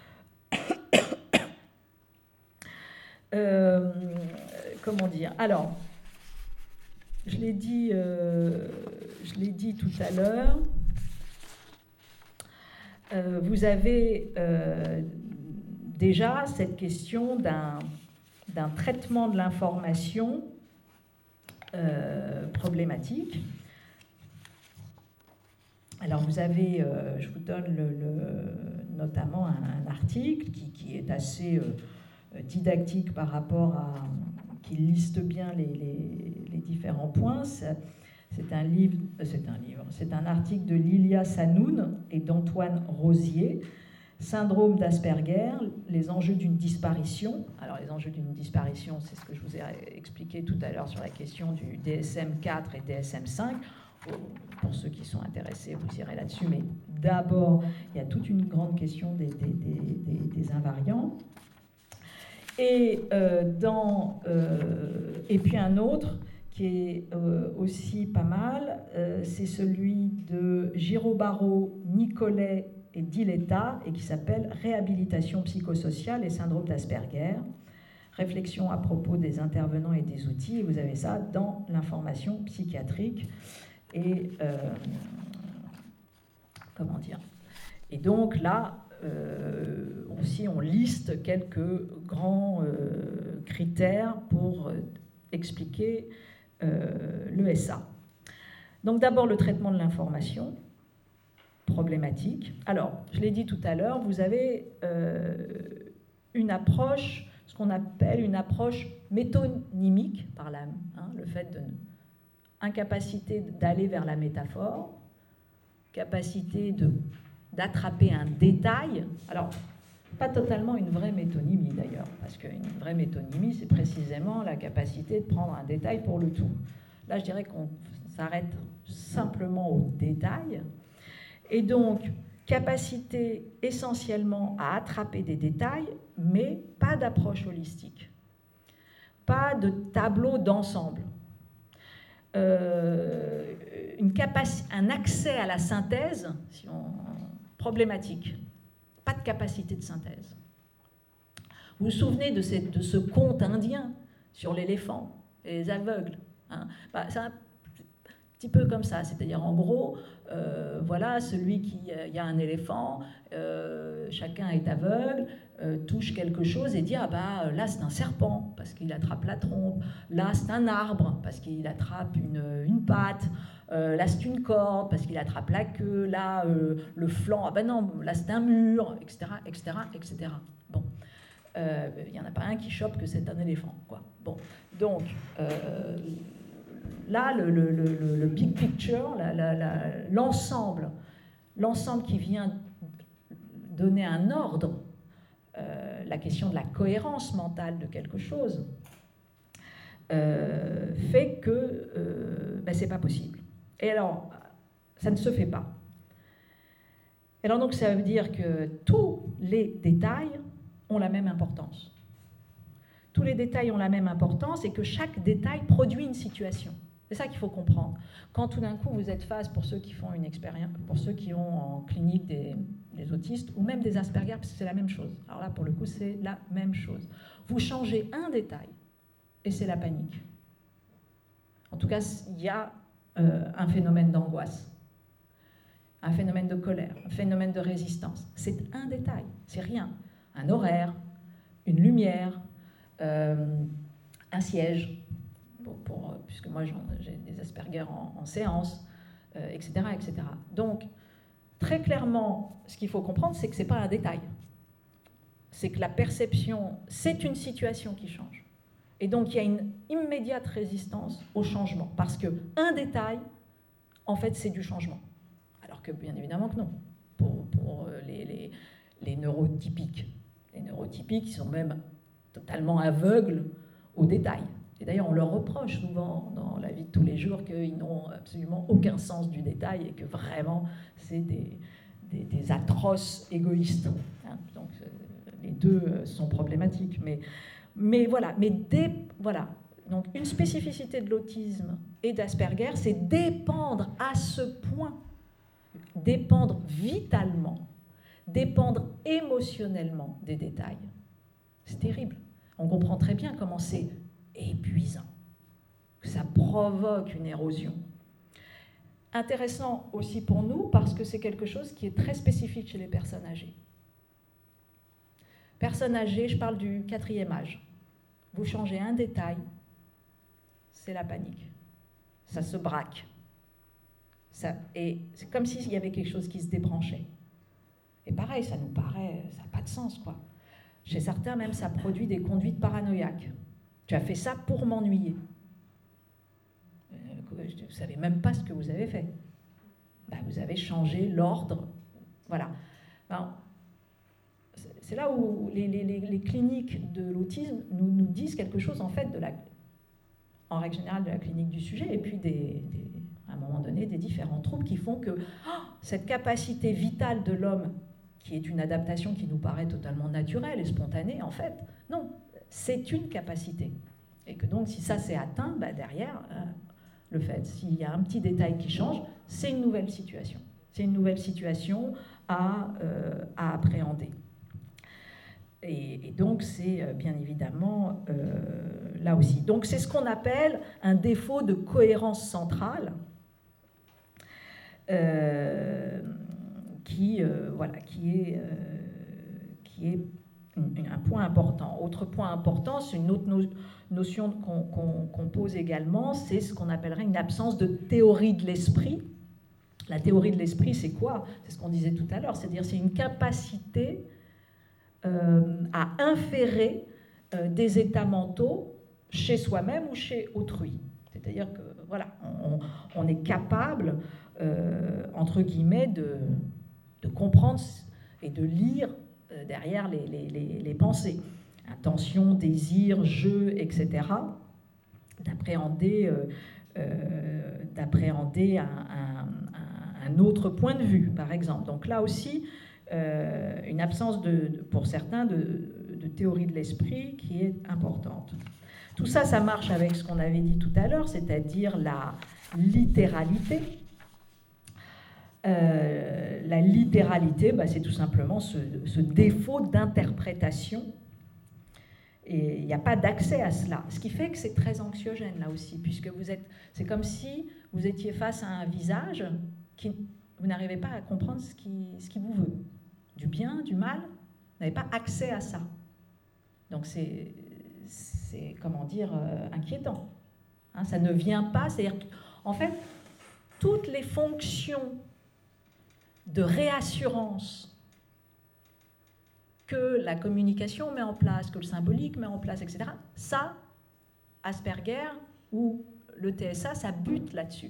Speaker 1: euh, comment dire? Alors, je l'ai dit, euh, je l'ai dit tout à l'heure. Euh, vous avez euh, déjà cette question d'un, d'un traitement de l'information euh, problématique. Alors vous avez, euh, je vous donne le, le, notamment un, un article qui, qui est assez euh, didactique par rapport à, qui liste bien les, les, les différents points. C'est, C'est un livre, c'est un livre, c'est un article de Lilia Sanoun et d'Antoine Rosier, Syndrome d'Asperger, les enjeux d'une disparition. Alors les enjeux d'une disparition, c'est ce que je vous ai expliqué tout à l'heure sur la question du D S M quatre et D S M cinq. Pour ceux qui sont intéressés, vous irez là-dessus. Mais d'abord, il y a toute une grande question des, des, des, des, des invariants. Et, euh, dans, euh, et puis un autre qui est euh, aussi pas mal, euh, c'est celui de Girobaro, Nicolet et Diletta, et qui s'appelle « Réhabilitation psychosociale et syndrome d'Asperger. Réflexion à propos des intervenants et des outils ». Et vous avez ça dans l'information psychiatrique. Et euh, comment dire? Et donc là, euh, aussi, on liste quelques grands euh, critères pour euh, expliquer Euh, l'E S A. Donc d'abord le traitement de l'information problématique. Alors, je l'ai dit tout à l'heure, vous avez euh, une approche, ce qu'on appelle une approche métonymique, par la, hein, le fait de incapacité d'aller vers la métaphore, capacité de, d'attraper un détail. Alors, pas totalement une vraie métonymie d'ailleurs, parce qu'une vraie métonymie, c'est précisément la capacité de prendre un détail pour le tout. Là, je dirais qu'on s'arrête simplement au détail. Et donc, capacité essentiellement à attraper des détails, mais pas d'approche holistique. Pas de tableau d'ensemble. Euh, une capaci- un accès à la synthèse, si on, problématique. Pas de capacité de synthèse. Vous vous souvenez de, cette, de ce conte indien sur l'éléphant et les aveugles, hein? Bah, c'est un petit peu comme ça, c'est-à-dire en gros, euh, voilà, celui qui, il y a un éléphant, euh, chacun est aveugle, euh, touche quelque chose et dit, ah bah là c'est un serpent, parce qu'il attrape la trompe, là c'est un arbre, parce qu'il attrape une, une patte, euh, là c'est une corde, parce qu'il attrape la queue, là euh, le flanc, ah ben non, là c'est un mur, et cetera, et cetera, et cetera. Bon. Il euh, n'y en a pas un qui chope que c'est un éléphant, quoi. Bon. Donc, euh, là, le, le, le, le big picture, la, la, la, l'ensemble, l'ensemble qui vient donner un ordre, euh, la question de la cohérence mentale de quelque chose, euh, fait que euh, ben, c'est pas possible. Et alors, ça ne se fait pas. Et alors donc, ça veut dire que tous les détails ont la même importance. Tous les détails ont la même importance et que chaque détail produit une situation. C'est ça qu'il faut comprendre. Quand tout d'un coup vous êtes face, pour ceux qui font une expérience, pour ceux qui ont en clinique des, des autistes ou même des Asperger, parce que c'est la même chose. Alors là, pour le coup, c'est la même chose. Vous changez un détail et c'est la panique. En tout cas, il y a euh, un phénomène d'angoisse, un phénomène de colère, un phénomène de résistance. C'est un détail, c'est rien. Un horaire, une lumière, euh, un siège, pour, pour, puisque moi j'ai des Asperger en, en séance, euh, et cetera, et cetera. Donc, très clairement, ce qu'il faut comprendre, c'est que ce n'est pas un détail. C'est que la perception, c'est une situation qui change. Et donc, il y a une immédiate résistance au changement, parce qu'un détail, en fait, c'est du changement. Alors que, bien évidemment que non, pour, pour les, les, les neurotypiques. Les neurotypiques, ils sont même totalement aveugles aux détails. Et d'ailleurs, on leur reproche souvent dans la vie de tous les jours qu'ils n'ont absolument aucun sens du détail et que vraiment, c'est des, des, des atroces égoïstes. Hein. Donc, les deux sont problématiques. Mais, mais voilà, mais dès, voilà. Donc, une spécificité de l'autisme et d'Asperger, c'est dépendre à ce point, dépendre vitalement, dépendre émotionnellement des détails. C'est terrible. On comprend très bien comment c'est épuisant, que ça provoque une érosion. Intéressant aussi pour nous parce que c'est quelque chose qui est très spécifique chez les personnes âgées. Personnes âgées, je parle du quatrième âge. Vous changez un détail, c'est la panique. Ça se braque. Ça, et c'est comme s'il y avait quelque chose qui se débranchait. Et pareil, ça nous paraît, ça n'a pas de sens, quoi. Chez certains, même, ça produit des conduites paranoïaques. Tu as fait ça pour m'ennuyer. Vous ne savez même pas ce que vous avez fait. Ben, vous avez changé l'ordre. Voilà. Ben, c'est là où les, les, les cliniques de l'autisme nous, nous disent quelque chose, en fait, de la, en règle générale, de la clinique du sujet, et puis des, des, à un moment donné, des différents troubles qui font que oh, cette capacité vitale de l'homme, qui est une adaptation qui nous paraît totalement naturelle et spontanée, en fait, non, c'est une capacité. Et que donc, si ça s'est atteint, bah derrière, euh, le fait, s'il y a un petit détail qui change, c'est une nouvelle situation. C'est une nouvelle situation à, euh, à appréhender. Et, et donc, c'est euh, bien évidemment euh, là aussi. Donc, c'est ce qu'on appelle un défaut de cohérence centrale. Euh, Qui, euh, voilà, qui est, euh, qui est un point important. Autre point important, c'est une autre no notion qu'on qu'on, qu'on pose également, c'est ce qu'on appellerait une absence de théorie de l'esprit. La théorie de l'esprit, c'est quoi? C'est ce qu'on disait tout à l'heure, c'est-à-dire c'est une capacité euh, à inférer euh, des états mentaux chez soi-même ou chez autrui. C'est-à-dire que voilà, on, on est capable, euh, entre guillemets, de de comprendre et de lire euh, derrière les, les, les, les pensées. Intention, désir, jeu, et cetera. D'appréhender, euh, euh, d'appréhender un, un, un autre point de vue, par exemple. Donc là aussi, euh, une absence, de, de, pour certains, de, de théorie de l'esprit qui est importante. Tout ça, ça marche avec ce qu'on avait dit tout à l'heure, c'est-à-dire la littéralité. Euh, la littéralité, bah, c'est tout simplement ce, ce défaut d'interprétation. Et il n'y a pas d'accès à cela. Ce qui fait que c'est très anxiogène, là aussi, puisque vous êtes, c'est comme si vous étiez face à un visage qui, vous n'arrivez pas à comprendre ce qui, ce qui vous veut. Du bien, du mal, vous n'avez pas accès à ça. Donc c'est, c'est comment dire, euh, inquiétant. Hein, ça ne vient pas, c'est-à-dire qu'en fait, toutes les fonctions de réassurance que la communication met en place, que le symbolique met en place, et cetera, ça, Asperger ou le T S A, ça bute là-dessus.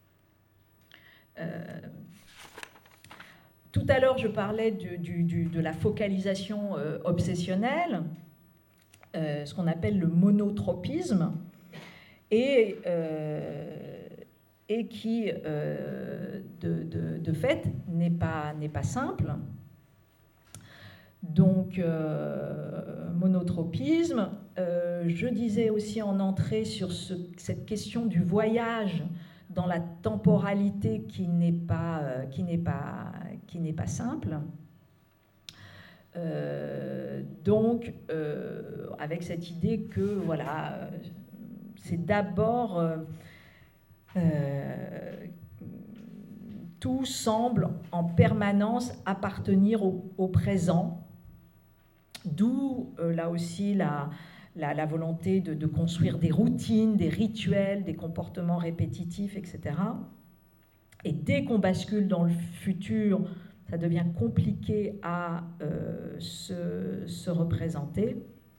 Speaker 1: Euh, tout à l'heure, je parlais du, du, du, de la focalisation euh, obsessionnelle, euh, ce qu'on appelle le monotropisme, et, euh, et qui, euh, de, de, de fait, n'est pas, n'est pas simple. Donc, euh, monotropisme. Euh, je disais aussi en entrée sur ce, cette question du voyage dans la temporalité qui n'est pas, euh, qui n'est pas, qui n'est pas simple. Euh, donc, euh, avec cette idée que, voilà, euh, c'est d'abord... Euh, euh, tout semble en permanence appartenir au, au présent, d'où euh, là aussi la, la, la volonté de, de construire des routines, des rituels, des comportements répétitifs, et cetera. Et dès qu'on bascule dans le futur, ça devient compliqué à euh, se, se représenter.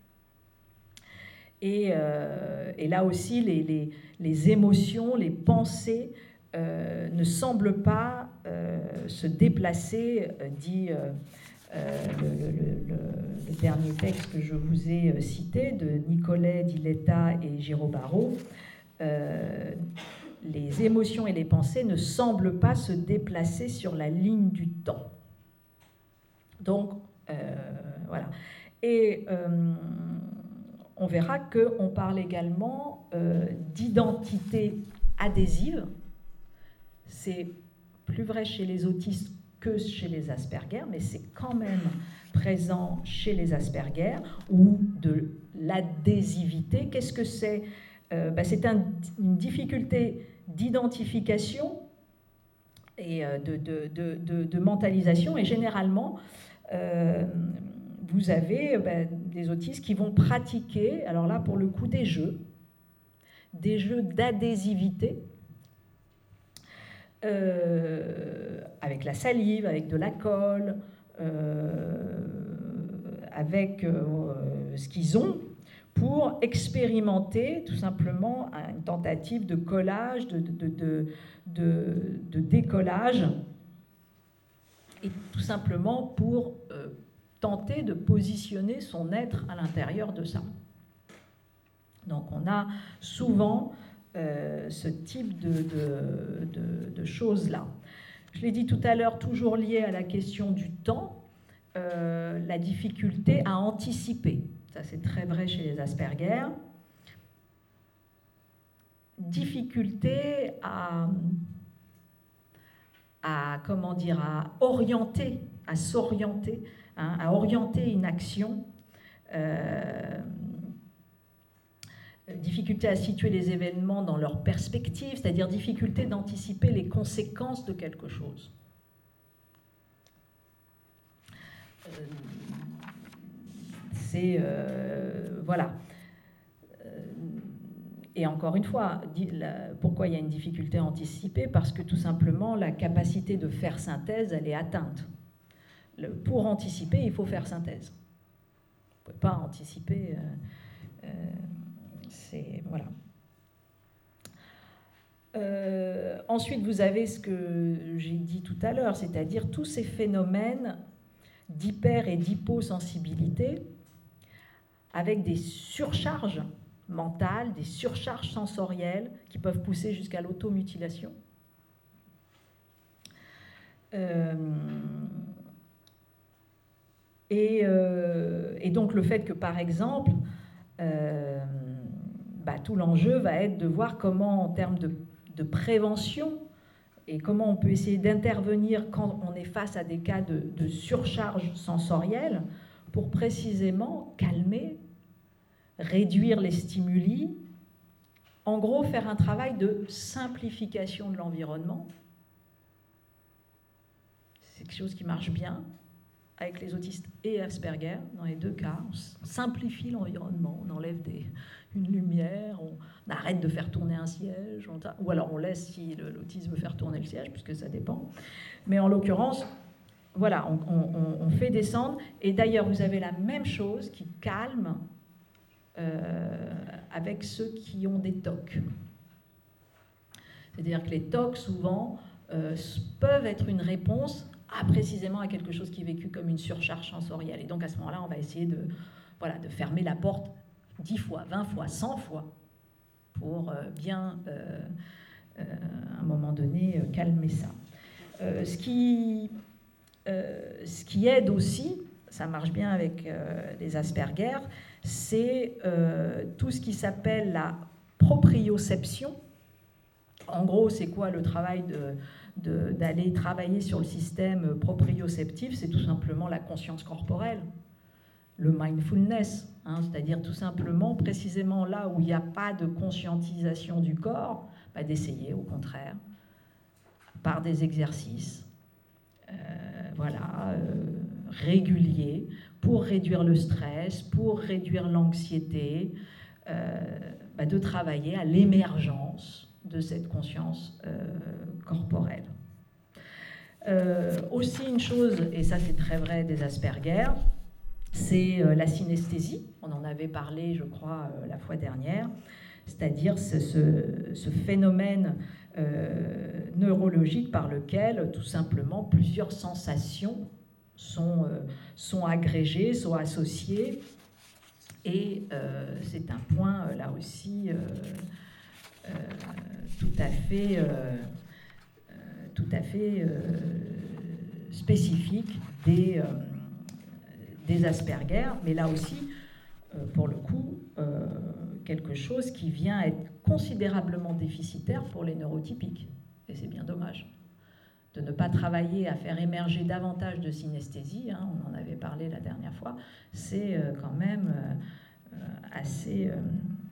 Speaker 1: Et, euh, et là aussi, les, les, les émotions, les pensées euh, ne semblent pas euh, se déplacer, euh, dit euh, euh, le, le, le, le dernier texte que je vous ai cité, de Nicolet, Diletta et Girobaro. Euh, les émotions et les pensées ne semblent pas se déplacer sur la ligne du temps. Donc, euh, voilà. Et... Euh, on verra qu'on parle également euh, d'identité adhésive. C'est plus vrai chez les autistes que chez les Asperger, mais c'est quand même présent chez les Asperger, ou de l'adhésivité. Qu'est-ce que c'est ? euh, ben, C'est un, une difficulté d'identification et euh, de, de, de, de, de mentalisation, et généralement... Euh, vous avez ben, des autistes qui vont pratiquer, alors là pour le coup, des jeux, des jeux d'adhésivité, euh, avec la salive, avec de la colle, euh, avec euh, ce qu'ils ont, pour expérimenter tout simplement une tentative de collage, de, de, de, de, de décollage, et tout simplement pour... Euh, tenter de positionner son être à l'intérieur de ça. Donc on a souvent euh, ce type de, de, de, de choses-là. Je l'ai dit tout à l'heure, toujours lié à la question du temps, euh, la difficulté à anticiper. Ça c'est très vrai chez les Asperger. Difficulté à, à comment dire, à orienter, à s'orienter, Hein, à orienter une action, euh, difficulté à situer les événements dans leur perspective, c'est-à-dire difficulté d'anticiper les conséquences de quelque chose. Euh, c'est... Euh, voilà. Et encore une fois, pourquoi il y a une difficulté à anticiper ? Parce que tout simplement, la capacité de faire synthèse, elle est atteinte. Le, pour anticiper, il faut faire synthèse. Vous ne pouvez pas anticiper. Euh, euh, c'est, voilà. Euh, ensuite, vous avez ce que j'ai dit tout à l'heure, c'est-à-dire tous ces phénomènes d'hyper- et d'hyposensibilité avec des surcharges mentales, des surcharges sensorielles qui peuvent pousser jusqu'à l'automutilation. Euh, Et, euh, et donc le fait que, par exemple, euh, bah, tout l'enjeu va être de voir comment, en termes de, de prévention, et comment on peut essayer d'intervenir quand on est face à des cas de, de surcharge sensorielle, pour précisément calmer, réduire les stimuli, en gros faire un travail de simplification de l'environnement, c'est quelque chose qui marche bien avec les autistes et Asperger. Dans les deux cas, on simplifie l'environnement, on enlève des, une lumière, on arrête de faire tourner un siège, on, ou alors on laisse si l'autiste veut faire tourner le siège, puisque ça dépend. Mais en l'occurrence, voilà, on, on, on fait descendre. Et d'ailleurs, vous avez la même chose qui calme euh, avec ceux qui ont des T O C. C'est-à-dire que les T O C, souvent, euh, peuvent être une réponse à, précisément à quelque chose qui est vécu comme une surcharge sensorielle. Et donc, à ce moment-là, on va essayer de, voilà, de fermer la porte dix fois, vingt fois, cent fois pour euh, bien, euh, euh, à un moment donné, euh, calmer ça. Euh, ce, qui, euh, ce qui aide aussi, ça marche bien avec euh, les Asperger, c'est euh, tout ce qui s'appelle la proprioception. En gros, c'est quoi le travail de, de, d'aller travailler sur le système proprioceptif? C'est tout simplement la conscience corporelle, le mindfulness, hein, c'est-à-dire tout simplement, précisément là où il n'y a pas de conscientisation du corps, bah, d'essayer au contraire, par des exercices euh, voilà, euh, réguliers, pour réduire le stress, pour réduire l'anxiété, euh, bah, de travailler à l'émergence de cette conscience euh, corporelle. Euh, aussi une chose, et ça c'est très vrai des Asperger, c'est euh, la synesthésie. On en avait parlé, je crois, euh, la fois dernière, c'est-à-dire ce, ce, ce phénomène euh, neurologique par lequel, tout simplement, plusieurs sensations sont, euh, sont agrégées, sont associées, et euh, c'est un point, euh, là aussi, euh, euh, tout à fait, euh, euh, tout à fait euh, spécifique des, euh, des Asperger, mais là aussi, euh, pour le coup, euh, quelque chose qui vient être considérablement déficitaire pour les neurotypiques. Et c'est bien dommage de ne pas travailler à faire émerger davantage de synesthésie, hein, on en avait parlé la dernière fois, c'est euh, quand même euh, assez... Euh,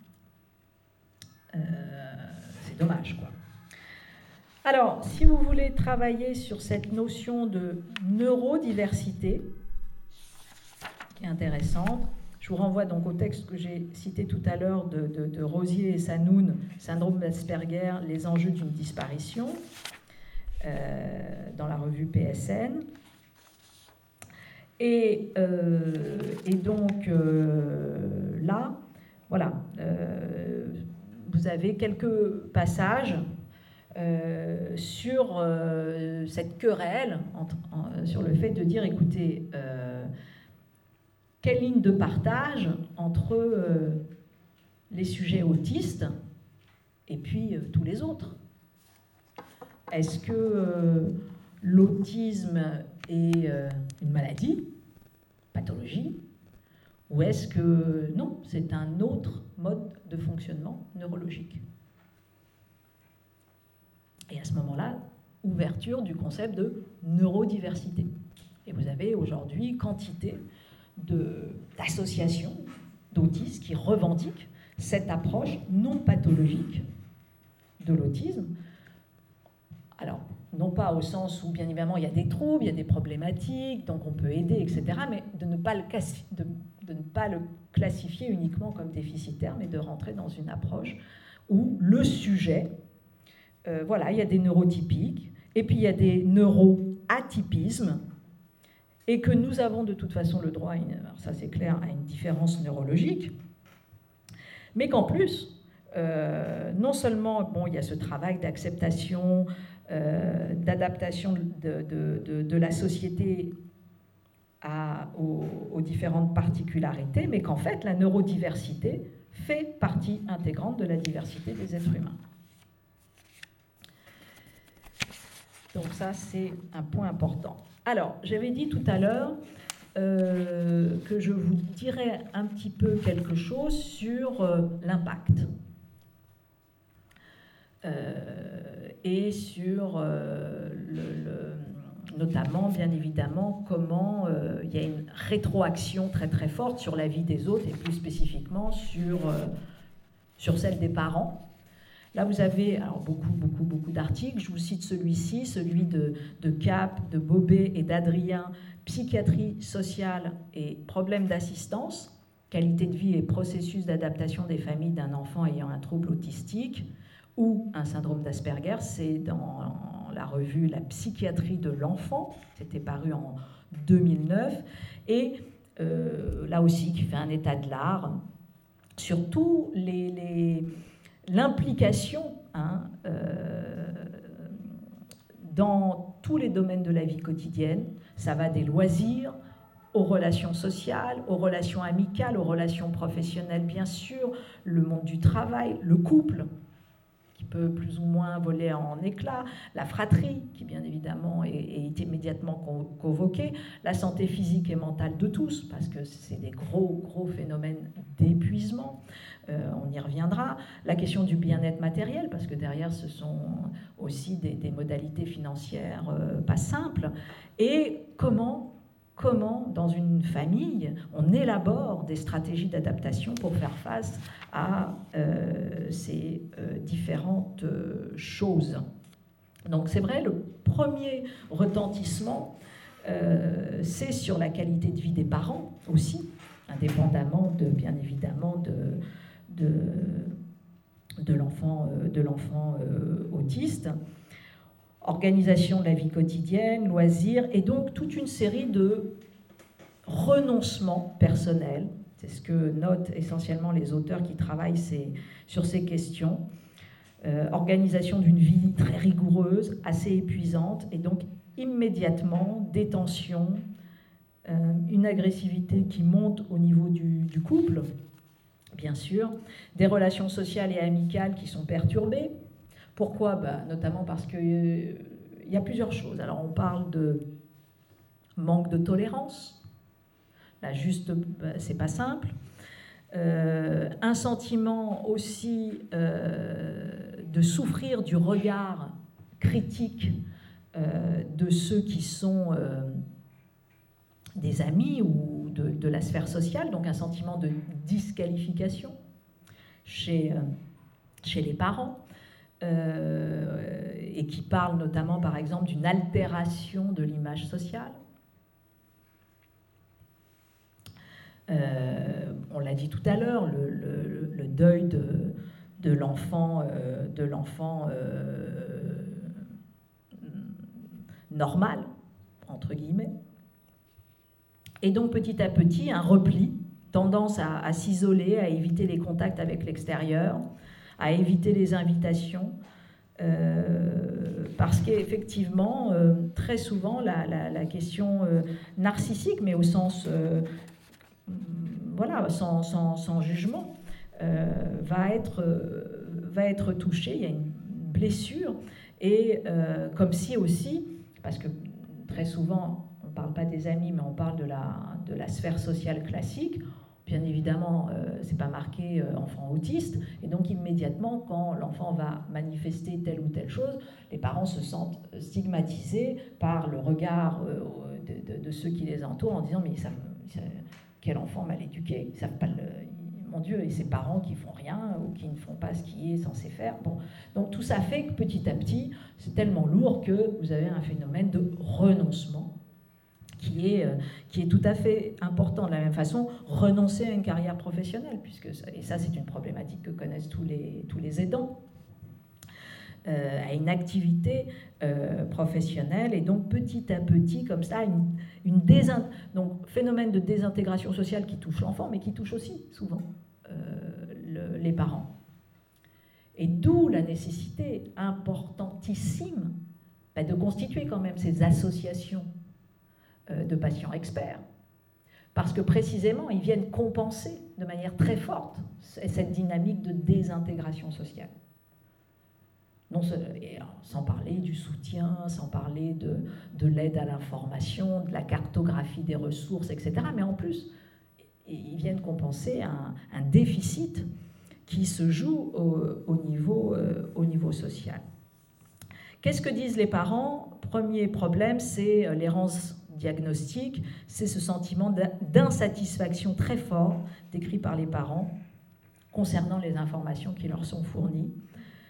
Speaker 1: euh, c'est dommage, quoi. Alors, si vous voulez travailler sur cette notion de neurodiversité, qui est intéressante, je vous renvoie donc au texte que j'ai cité tout à l'heure de, de, de Rosier et Sanoun, Syndrome d'Asperger, les enjeux d'une disparition, euh, dans la revue P S N. Et, euh, et donc, euh, là, voilà, euh, vous avez quelques passages euh, sur euh, cette querelle, entre, en, sur le fait de dire, écoutez, euh, quelle ligne de partage entre euh, les sujets autistes et puis euh, tous les autres? Est-ce que euh, l'autisme est euh, une maladie, pathologie, ou est-ce que non, c'est un autre mode de fonctionnement neurologique? Et à ce moment-là, ouverture du concept de neurodiversité. Et vous avez aujourd'hui quantité d'associations d'autistes qui revendiquent cette approche non pathologique de l'autisme. Alors, non pas au sens où, bien évidemment, il y a des troubles, il y a des problématiques, donc on peut aider, et cetera, mais de ne pas le, de, de ne pas le classifier uniquement comme déficitaire, mais de rentrer dans une approche où le sujet, euh, voilà, il y a des neurotypiques, et puis il y a des neuroatypismes, et que nous avons de toute façon le droit, alors ça c'est clair, à une différence neurologique, mais qu'en plus, euh, non seulement bon, il y a ce travail d'acceptation, euh, d'adaptation de, de, de, de la société à, aux, aux différentes particularités, mais qu'en fait la neurodiversité fait partie intégrante de la diversité des êtres humains. Donc ça c'est un point important. Alors, j'avais dit tout à l'heure euh, que je vous dirais un petit peu quelque chose sur euh, l'impact euh, et sur euh, le, le, notamment, bien évidemment, comment euh, il y a une rétroaction très très forte sur la vie des autres et plus spécifiquement sur, euh, sur celle des parents. Là, vous avez alors, beaucoup, beaucoup, beaucoup d'articles. Je vous cite celui-ci, celui de, de Cap, de Bobet et d'Adrien, Psychiatrie sociale et problèmes d'assistance, qualité de vie et processus d'adaptation des familles d'un enfant ayant un trouble autistique ou un syndrome d'Asperger. C'est dans la revue La psychiatrie de l'enfant, c'était paru en deux mille neuf, et euh, là aussi qui fait un état de l'art, surtout les, les, l'implication hein, euh, dans tous les domaines de la vie quotidienne. Ça va des loisirs aux relations sociales, aux relations amicales, aux relations professionnelles, bien sûr, le monde du travail, le couple, qui peut plus ou moins voler en éclats, la fratrie, qui bien évidemment est, est immédiatement convoquée, la santé physique et mentale de tous, parce que c'est des gros, gros phénomènes d'épuisement, euh, on y reviendra, la question du bien-être matériel, parce que derrière ce sont aussi des, des modalités financières euh, pas simples, et comment comment, dans une famille, on élabore des stratégies d'adaptation pour faire face à euh, ces euh, différentes euh, choses. Donc c'est vrai, le premier retentissement, euh, c'est sur la qualité de vie des parents aussi, indépendamment de, bien évidemment, de, de, de l'enfant, euh, de l'enfant euh, autiste. Organisation de la vie quotidienne, loisirs, et donc toute une série de renoncements personnels. C'est ce que notent essentiellement les auteurs qui travaillent ces, sur ces questions. Euh, organisation d'une vie très rigoureuse, assez épuisante, et donc immédiatement des tensions, euh, une agressivité qui monte au niveau du, du couple, bien sûr, des relations sociales et amicales qui sont perturbées. Pourquoi bah, notamment parce qu'il euh, y a plusieurs choses. Alors on parle de manque de tolérance. Là, juste, bah, c'est pas simple. Euh, un sentiment aussi euh, de souffrir du regard critique euh, de ceux qui sont euh, des amis ou de, de la sphère sociale, donc un sentiment de disqualification chez, euh, chez les parents. Euh, et qui parle notamment, par exemple, d'une altération de l'image sociale. Euh, on l'a dit tout à l'heure, le, le, le deuil de, de l'enfant euh, de l'enfant euh, normal, entre guillemets. Et donc, petit à petit, un repli, tendance à, à s'isoler, à éviter les contacts avec l'extérieur, à éviter les invitations, euh, parce qu'effectivement, euh, très souvent, la, la, la question euh, narcissique, mais au sens, euh, voilà, sans, sans, sans jugement, euh, va, être, euh, va être touchée. Il y a une blessure, et euh, comme si aussi, parce que très souvent, on ne parle pas des amis, mais on parle de la, de la sphère sociale classique. Bien évidemment, euh, ce n'est pas marqué euh, enfant autiste, et donc immédiatement, quand l'enfant va manifester telle ou telle chose, les parents se sentent stigmatisés par le regard euh, de, de, de ceux qui les entourent en disant « mais ça, ça, quel enfant mal éduqué, ils savent pas le, mon Dieu, et ses parents qui font rien ou qui ne font pas ce qu'il est censé faire ». Bon, donc tout ça fait que petit à petit, c'est tellement lourd que vous avez un phénomène de renoncement qui est, euh, qui est tout à fait important. De la même façon, renoncer à une carrière professionnelle, puisque, et ça c'est une problématique que connaissent tous les, tous les aidants, euh, à une activité euh, professionnelle, et donc petit à petit, comme ça, une, une désint... donc, phénomène de désintégration sociale qui touche l'enfant, mais qui touche aussi souvent euh, le, les parents. Et d'où la nécessité importantissime bah, de constituer quand même ces associations de patients experts, parce que précisément, ils viennent compenser de manière très forte cette dynamique de désintégration sociale. Non, sans parler du soutien, sans parler de, de l'aide à l'information, de la cartographie des ressources, et cetera. Mais en plus, ils viennent compenser un, un déficit qui se joue au, au, niveau, euh, au niveau social. Qu'est-ce que disent les parents? Premier problème, c'est l'errance diagnostic, c'est ce sentiment d'insatisfaction très fort décrit par les parents concernant les informations qui leur sont fournies.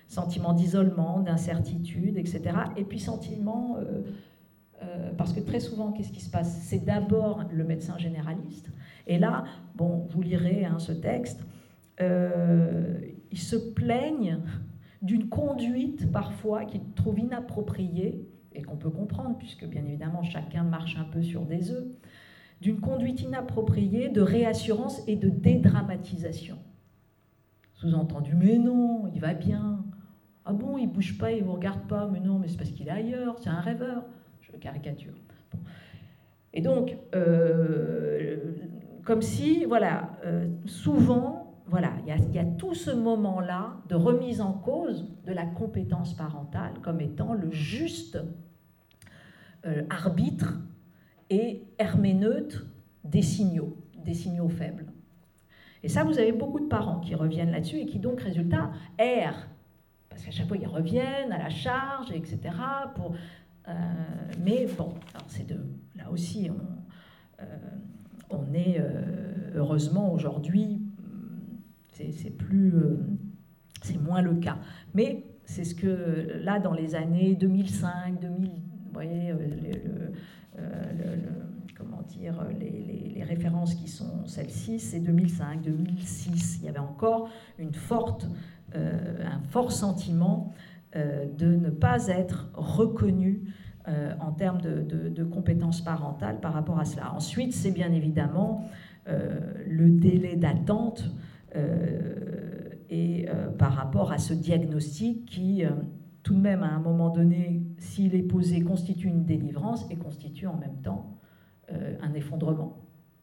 Speaker 1: Sentiment d'isolement, d'incertitude, et cetera. Et puis sentiment, euh, euh, parce que très souvent, qu'est-ce qui se passe? C'est d'abord le médecin généraliste. Et là, bon, vous lirez hein, ce texte, euh, ils se plaignent d'une conduite parfois qu'ils trouvent inappropriée, et qu'on peut comprendre, puisque bien évidemment chacun marche un peu sur des œufs, d'une conduite inappropriée de réassurance et de dédramatisation. Sous-entendu, mais non, il va bien. Ah bon, il ne bouge pas, il ne vous regarde pas, mais non, mais c'est parce qu'il est ailleurs, c'est un rêveur. Je caricature. Bon. Et donc, euh, comme si, voilà, euh, souvent, voilà, il y, y a tout ce moment-là de remise en cause de la compétence parentale comme étant le juste euh, arbitre et herméneute des signaux, des signaux faibles. Et ça, vous avez beaucoup de parents qui reviennent là-dessus et qui donc, résultat, errent. Parce qu'à chaque fois, ils reviennent à la charge, et cetera. Pour, euh, mais bon, alors c'est de, là aussi, on, euh, on est euh, heureusement aujourd'hui, c'est, c'est plus, euh, c'est moins le cas. Mais c'est ce que là, dans les années deux mille cinq, deux mille, vous voyez, euh, le, le, euh, le, le comment dire, les, les, les références qui sont celles-ci, c'est deux mille cinq, deux mille six. Il y avait encore une forte, euh, un fort sentiment euh, de ne pas être reconnu euh, en termes de, de, de compétences parentales par rapport à cela. Ensuite, c'est bien évidemment euh, le délai d'attente euh, et euh, par rapport à ce diagnostic qui, euh, tout de même, à un moment donné, s'il est posé, constitue une délivrance et constitue en même temps Euh, un effondrement.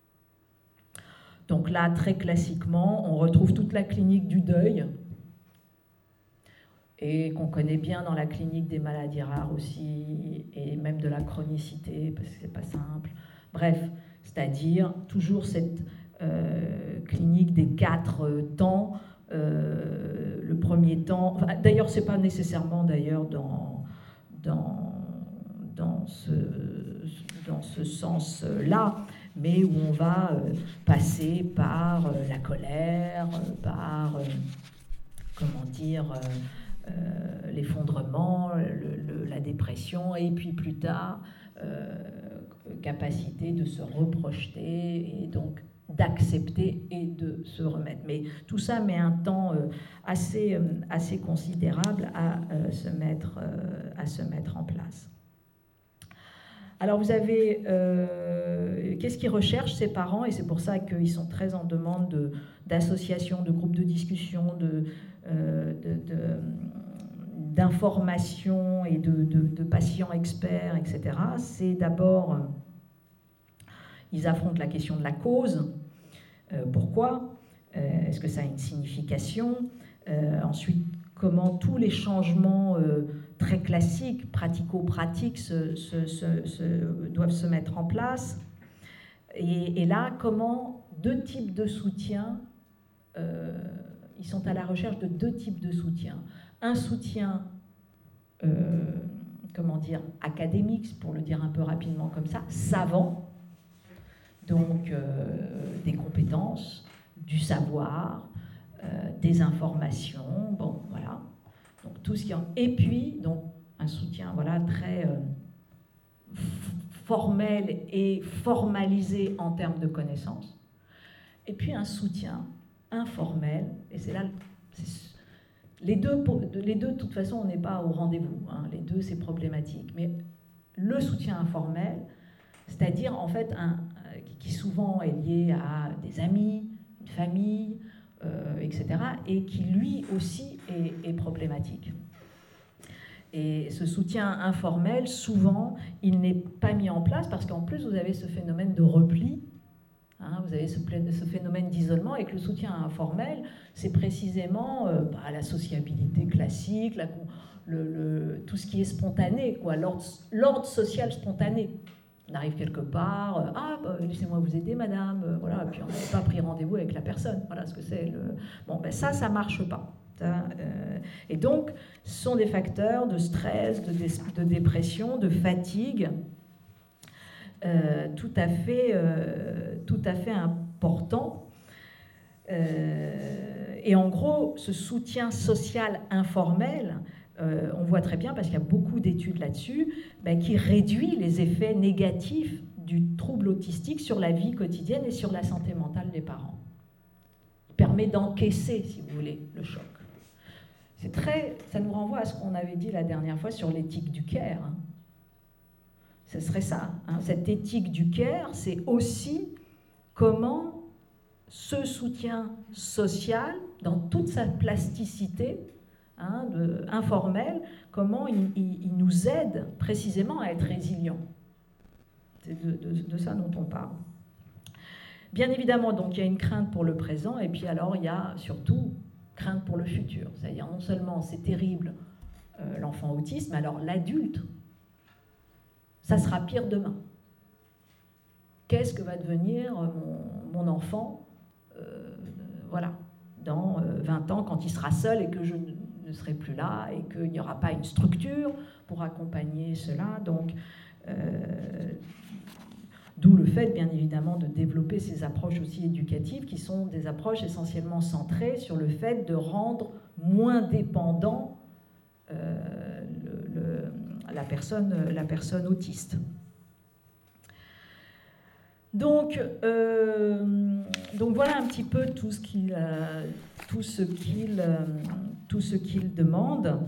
Speaker 1: Donc là, très classiquement, on retrouve toute la clinique du deuil, et qu'on connaît bien dans la clinique des maladies rares aussi, et même de la chronicité, parce que c'est pas simple. Bref, c'est-à-dire toujours cette euh, clinique des quatre temps. Euh, le premier temps, enfin, d'ailleurs, c'est pas nécessairement d'ailleurs dans, dans, dans ce dans ce sens-là, mais où on va euh, passer par euh, la colère, euh, par, euh, comment dire, euh, euh, l'effondrement, le, le, la dépression, et puis plus tard, euh, capacité de se reprojeter et donc d'accepter et de se remettre. Mais tout ça met un temps euh, assez, euh, assez considérable à, euh, se mettre, euh, à se mettre en place. Alors vous avez, euh, qu'est-ce qu'ils recherchent ces parents, et c'est pour ça qu'ils sont très en demande de, d'associations, de groupes de discussion, de, euh, de, de, d'informations et de, de, de patients experts, et cetera. C'est d'abord, euh, ils affrontent la question de la cause. Euh, pourquoi euh, Est-ce que ça a une signification euh, Ensuite, comment tous les changements euh, très classiques, pratico-pratiques, se, se, se, se, doivent se mettre en place. Et, et là, comment deux types de soutien, euh, ils sont à la recherche de deux types de soutien. Un soutien, euh, comment dire, académique, pour le dire un peu rapidement comme ça, savant, donc euh, des compétences, du savoir, euh, des informations, bon, voilà. Donc, tout ce qui en... Et puis, donc, un soutien voilà, très euh, formel et formalisé en termes de connaissances. Et puis, un soutien informel, et c'est là... C'est... Les, deux, les deux, de toute façon, on n'est pas au rendez-vous. Hein. Les deux, c'est problématique. Mais le soutien informel, c'est-à-dire, en fait, un, qui souvent est lié à des amis, une famille, euh, et cetera, et qui, lui aussi, est, est problématique. Et ce soutien informel, souvent, il n'est pas mis en place parce qu'en plus, vous avez ce phénomène de repli, hein, vous avez ce, ce phénomène d'isolement, et que le soutien informel, c'est précisément euh, bah, la sociabilité classique, la, le, le, tout ce qui est spontané, quoi, l'ordre, l'ordre social spontané. On arrive quelque part, euh, ah, bah, laissez-moi vous aider, madame, euh, voilà, et puis on n'a pas pris rendez-vous avec la personne, voilà ce que c'est. Le... Bon, ben ça, ça ne marche pas. Ça, euh, et donc, ce sont des facteurs de stress, de, dé de dépression, de fatigue, euh, tout à fait, euh, tout à fait importants. Euh, et en gros, ce soutien social informel, euh, on voit très bien, parce qu'il y a beaucoup d'études là-dessus, ben, qui réduit les effets négatifs du trouble autistique sur la vie quotidienne et sur la santé mentale des parents. Il permet d'encaisser, si vous voulez, le choc. C'est très, ça nous renvoie à ce qu'on avait dit la dernière fois sur l'éthique du care. Hein. Ce serait ça. Hein. Cette éthique du care, c'est aussi comment ce soutien social, dans toute sa plasticité hein, de, informelle, comment il, il, il nous aide précisément à être résilients. C'est de, de, de ça dont on parle. Bien évidemment, donc, il y a une crainte pour le présent, et puis alors il y a surtout crainte pour le futur. C'est-à-dire non seulement c'est terrible euh, l'enfant autiste, mais alors l'adulte, ça sera pire demain. Qu'est-ce que va devenir mon, mon enfant euh, voilà, dans euh, vingt ans, quand il sera seul et que je ne serai plus là et qu'il n'y aura pas une structure pour accompagner cela. Donc, euh, d'où le fait, bien évidemment, de développer ces approches aussi éducatives qui sont des approches essentiellement centrées sur le fait de rendre moins dépendant euh, le, le, la, personne, la personne autiste. Donc, euh, donc voilà un petit peu tout ce qu'il euh, tout ce qu'il euh, tout ce qu'il demande.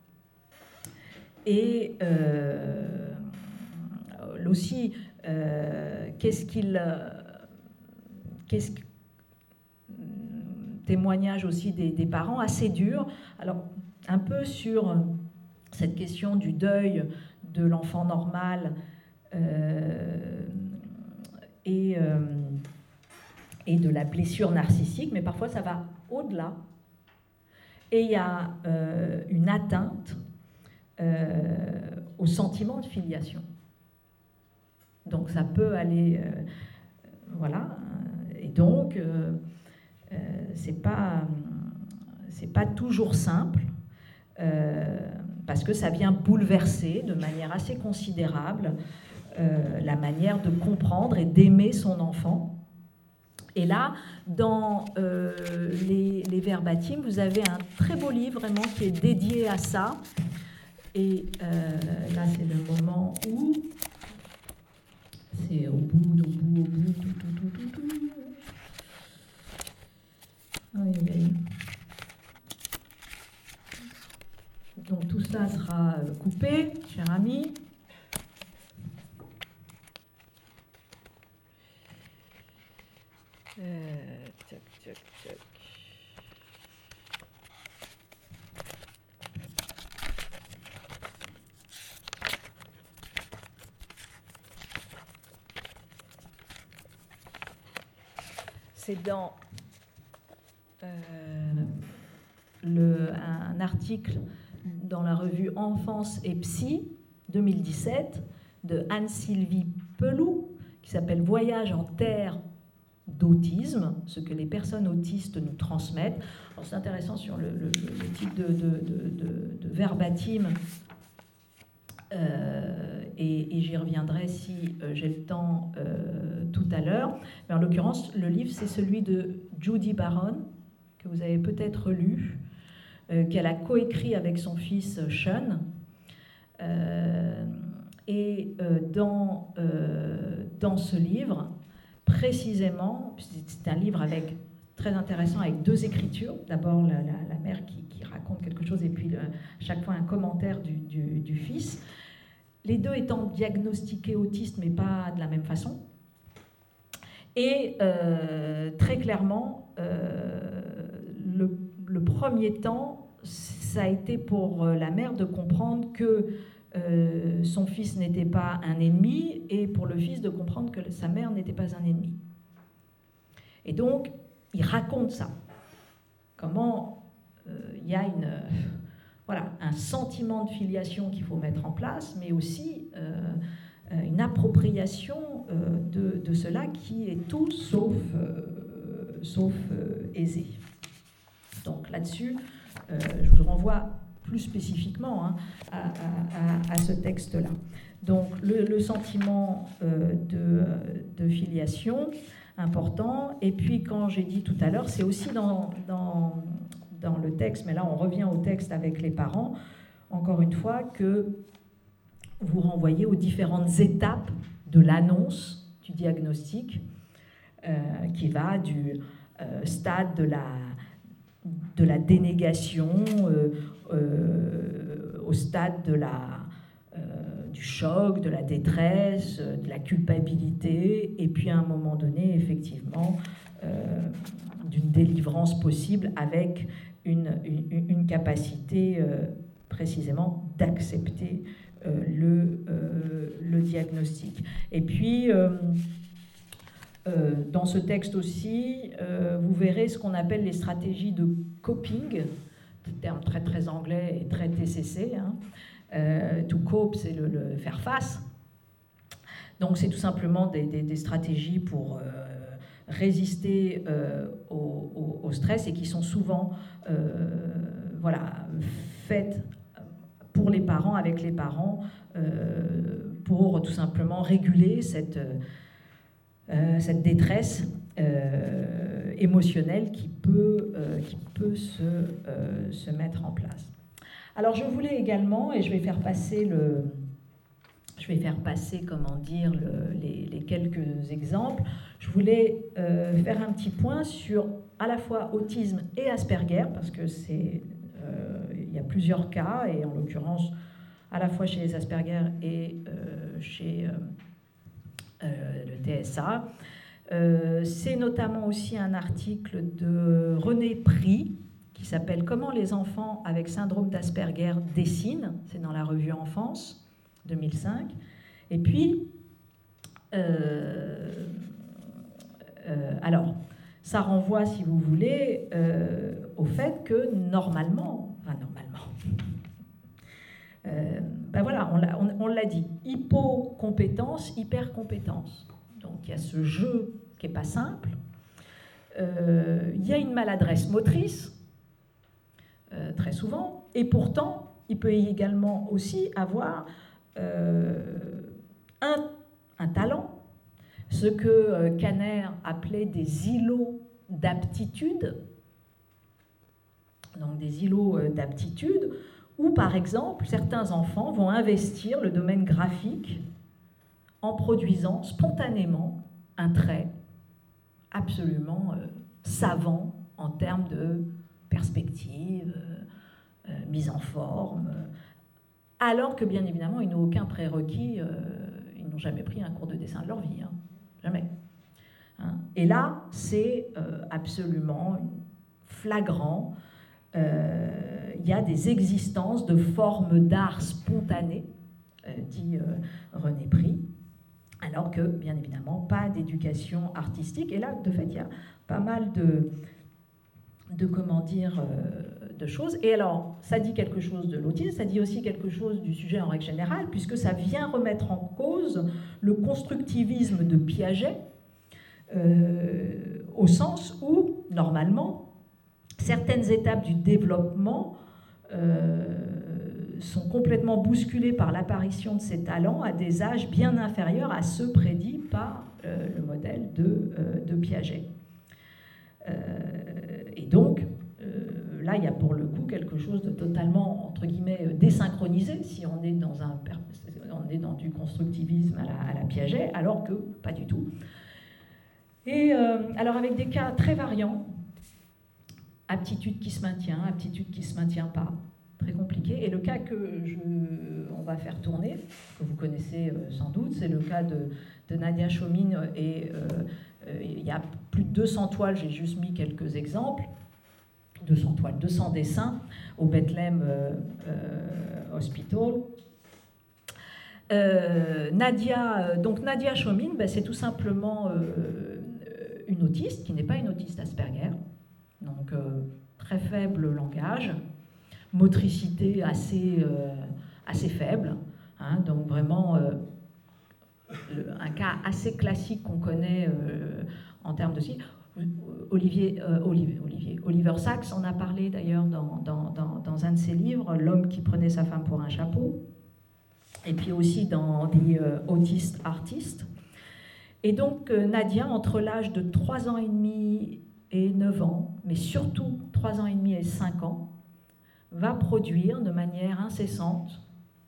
Speaker 1: Et euh, aussi, euh, qu'est-ce qu'il euh, qu'est-ce que, témoignage aussi des, des parents assez durs. Alors, un peu sur cette question du deuil de l'enfant normal. Euh, Et, euh, et de la blessure narcissique, mais parfois ça va au-delà. Et il y a euh, une atteinte euh, au sentiment de filiation. Donc ça peut aller... Euh, voilà. Et donc, euh, euh, c'est pas, c'est pas toujours simple, euh, parce que ça vient bouleverser de manière assez considérable Euh, la manière de comprendre et d'aimer son enfant. Et là, dans euh, les, les verbatims, vous avez un très beau livre vraiment qui est dédié à ça. Et euh, là, c'est le moment où c'est au bout, au bout, au bout, tout, tout, tout, tout, tout. Oui, oui. Donc tout ça sera coupé, cher ami. Euh, tchac, tchac, tchac. C'est dans euh, le, un article dans la revue Enfance et Psy deux mille dix-sept de Anne-Sylvie Peloux qui s'appelle Voyage en terre d'autisme, ce que les personnes autistes nous transmettent. Alors c'est intéressant sur le, le, le type de, de, de, de, de verbatim, euh, et, et j'y reviendrai si euh, j'ai le temps euh, tout à l'heure. Mais en l'occurrence, le livre, c'est celui de Judy Baron, que vous avez peut-être lu, euh, qu'elle a coécrit avec son fils Sean. Euh, et euh, dans, euh, dans ce livre, précisément, c'est un livre avec, très intéressant avec deux écritures. D'abord la, la, la mère qui, qui raconte quelque chose et puis le, chaque fois un commentaire du, du, du fils. Les deux étant diagnostiqués autistes mais pas de la même façon. Et euh, très clairement, euh, le, le premier temps, ça a été pour la mère de comprendre que Euh, son fils n'était pas un ennemi, et pour le fils de comprendre que sa mère n'était pas un ennemi. Et donc, il raconte ça. Comment il euh, y a une, euh, voilà, un sentiment de filiation qu'il faut mettre en place, mais aussi euh, une appropriation euh, de, de cela qui est tout sauf, euh, sauf euh, aisé. Donc là-dessus, euh, je vous renvoie plus spécifiquement hein, à, à, à ce texte-là. Donc le, le sentiment euh, de, de filiation. important. Et puis, quand j'ai dit tout à l'heure, c'est aussi dans, dans, dans le texte, mais là on revient au texte avec les parents, encore une fois, que vous renvoyez aux différentes étapes de l'annonce du diagnostic, euh, qui va du euh, stade de la, de la dénégation euh, euh, au stade de la, euh, du choc, de la détresse, de la culpabilité, et puis à un moment donné, effectivement, euh, d'une délivrance possible avec une, une, une capacité euh, précisément d'accepter euh, le, euh, le diagnostic. Et puis, euh, euh, dans ce texte aussi, euh, vous verrez ce qu'on appelle les stratégies de coping, terme très très anglais et très T C C. Hein. Euh, to cope, c'est le, le faire face. Donc c'est tout simplement des, des, des stratégies pour euh, résister euh, au, au, au stress et qui sont souvent euh, voilà, faites pour les parents, avec les parents, euh, pour tout simplement réguler cette, euh, cette détresse euh, émotionnelle qui peut, euh, qui peut se, euh, se mettre en place. Alors je voulais également, et je vais faire passer le... Je vais faire passer, comment dire, le, les, les quelques exemples. Je voulais euh, faire un petit point sur à la fois autisme et Asperger, parce que c'est, euh, il y a plusieurs cas, et en l'occurrence, à la fois chez les Asperger et euh, chez euh, euh, le T S A. Euh, c'est notamment aussi un article de René Pry, qui s'appelle « Comment les enfants avec syndrome d'Asperger dessinent », c'est dans la revue Enfance, deux mille cinq. Et puis, euh, euh, alors, ça renvoie, si vous voulez, euh, au fait que normalement, enfin normalement, euh, ben voilà, on l'a, on, on l'a dit, hypocompétence, hypercompétence. Donc il y a ce jeu qui n'est pas simple. Euh, il y a une maladresse motrice, euh, très souvent, et pourtant, il peut également aussi avoir Euh, un, un talent, ce que euh, Kanner appelait des îlots d'aptitude, donc des îlots euh, d'aptitude, où par exemple certains enfants vont investir le domaine graphique en produisant spontanément un trait absolument euh, savant en termes de perspective, euh, euh, mise en forme, euh, alors que, bien évidemment, ils n'ont aucun prérequis, euh, ils n'ont jamais pris un cours de dessin de leur vie, hein, jamais. Hein. Et là, c'est euh, absolument flagrant. Euh, il y a des existences de formes d'art spontanées, euh, dit euh, René Pry, alors que, bien évidemment, pas d'éducation artistique. Et là, de fait, il y a pas mal de, de comment dire... Euh, de choses. Et alors, ça dit quelque chose de l'autisme, ça dit aussi quelque chose du sujet en règle générale, puisque ça vient remettre en cause le constructivisme de Piaget, euh, au sens où, normalement, certaines étapes du développement euh, sont complètement bousculées par l'apparition de ces talents à des âges bien inférieurs à ceux prédits par euh, le modèle de, euh, de Piaget. Euh, et donc, là, il y a pour le coup quelque chose de totalement, entre guillemets, désynchronisé, si on est dans, un, on est dans du constructivisme à la, à la Piaget, alors que pas du tout. Et euh, alors avec des cas très variants, aptitude qui se maintient, aptitude qui ne se maintient pas, très compliqué. Et le cas que je, on va faire tourner, que vous connaissez sans doute, c'est le cas de, de Nadia Chomine, et euh, il y a plus de deux cents toiles, j'ai juste mis quelques exemples, deux cents toiles, deux cents dessins au Bethlehem euh, euh, Hospital. Euh, Nadia, donc Nadia Chomine, ben c'est tout simplement euh, une autiste qui n'est pas une autiste Asperger, donc euh, très faible langage, motricité assez, euh, assez faible, hein, donc vraiment euh, le, un cas assez classique qu'on connaît euh, en termes de... Olivier, euh, Olivier, Olivier, Oliver Sacks en a parlé d'ailleurs dans, dans, dans, dans un de ses livres, L'homme qui prenait sa femme pour un chapeau, et puis aussi dans The Autist Artist. Et donc Nadia, entre l'âge de trois ans et demi et neuf ans, mais surtout trois ans et demi et cinq ans, va produire de manière incessante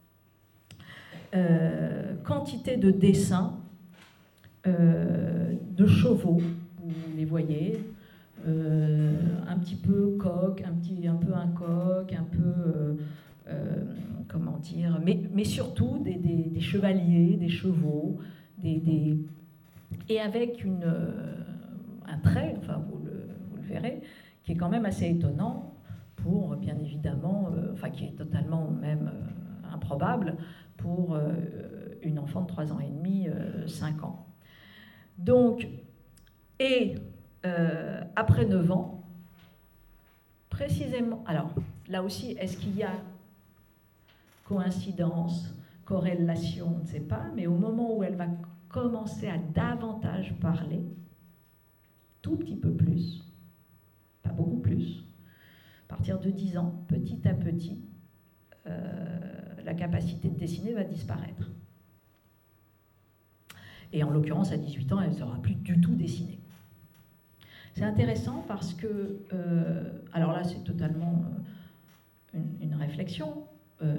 Speaker 1: euh, quantité de dessins euh, de chevaux, vous les voyez, euh, un petit peu coq, un, petit, un peu un coq, un peu, euh, euh, comment dire, mais, mais surtout des, des, des chevaliers, des chevaux, des, des, et avec une, euh, un trait, enfin vous le, vous le verrez, qui est quand même assez étonnant pour, bien évidemment, euh, enfin qui est totalement même euh, improbable pour euh, une enfant de trois ans et demi, euh, cinq ans. Donc, et euh, après neuf ans, précisément, alors là aussi, est-ce qu'il y a coïncidence, corrélation, on ne sait pas, mais au moment où elle va commencer à davantage parler, tout petit peu plus, pas beaucoup plus, à partir de dix ans, petit à petit, euh, la capacité de dessiner va disparaître. Et en l'occurrence, à dix-huit ans, elle ne sera plus du tout dessinée. C'est intéressant parce que, euh, alors là, c'est totalement euh, une, une réflexion, euh,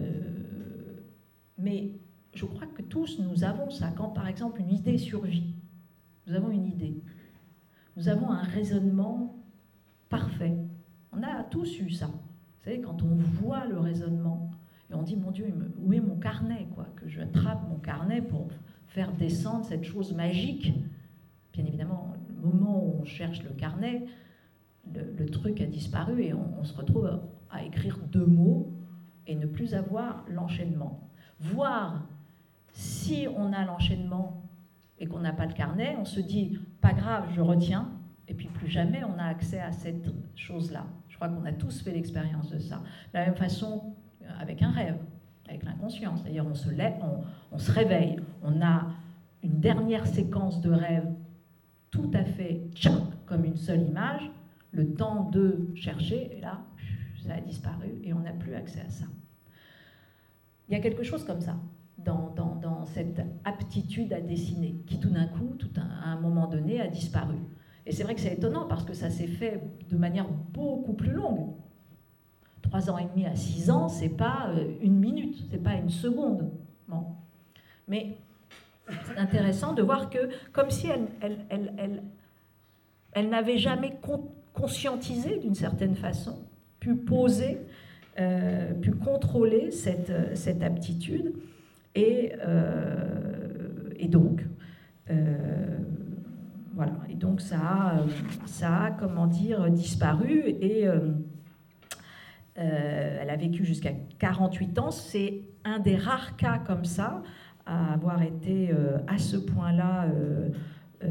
Speaker 1: mais je crois que tous nous avons ça. Quand, par exemple, une idée surgit, nous avons une idée, nous avons un raisonnement parfait. On a tous eu ça. Vous savez, quand on voit le raisonnement, et on dit, mon Dieu, où est mon carnet, quoi, que je attrape mon carnet pour faire descendre cette chose magique. Bien évidemment, le moment où on cherche le carnet, le, le truc a disparu et on, on se retrouve à écrire deux mots et ne plus avoir l'enchaînement. Voire, si on a l'enchaînement et qu'on n'a pas le carnet, on se dit, pas grave, je retiens, et puis plus jamais on a accès à cette chose-là. Je crois qu'on a tous fait l'expérience de ça. De la même façon, avec un rêve, avec l'inconscient, c'est-à-dire on se lève, on, on se réveille, on a une dernière séquence de rêve tout à fait tchac, comme une seule image, le temps de chercher, et là, ça a disparu et on n'a plus accès à ça. Il y a quelque chose comme ça dans, dans, dans cette aptitude à dessiner, qui tout d'un coup, tout un, à un moment donné, a disparu. Et c'est vrai que c'est étonnant parce que ça s'est fait de manière beaucoup plus longue. Trois ans et demi à six ans, c'est pas une minute, c'est pas une seconde. Bon. Mais c'est intéressant de voir que, comme si elle, elle, elle, elle, elle n'avait jamais con, conscientisé d'une certaine façon, pu poser, euh, pu contrôler cette, cette aptitude, et, euh, et donc, euh, voilà, et donc ça a, ça a, comment dire, disparu, et euh, euh, elle a vécu jusqu'à quarante-huit ans. C'est un des rares cas comme ça à avoir été euh, à ce point-là euh, euh,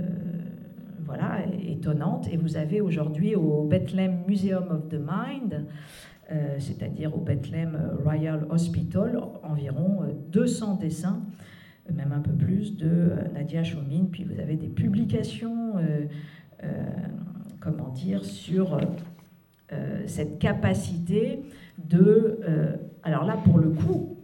Speaker 1: voilà, étonnante. Et vous avez aujourd'hui au Bethlehem Museum of the Mind, euh, c'est-à-dire au Bethlehem Royal Hospital, environ deux cents dessins, même un peu plus, de Nadia Chomin. Puis vous avez des publications, euh, euh, comment dire, sur euh, cette capacité de... Euh, alors là, pour le coup,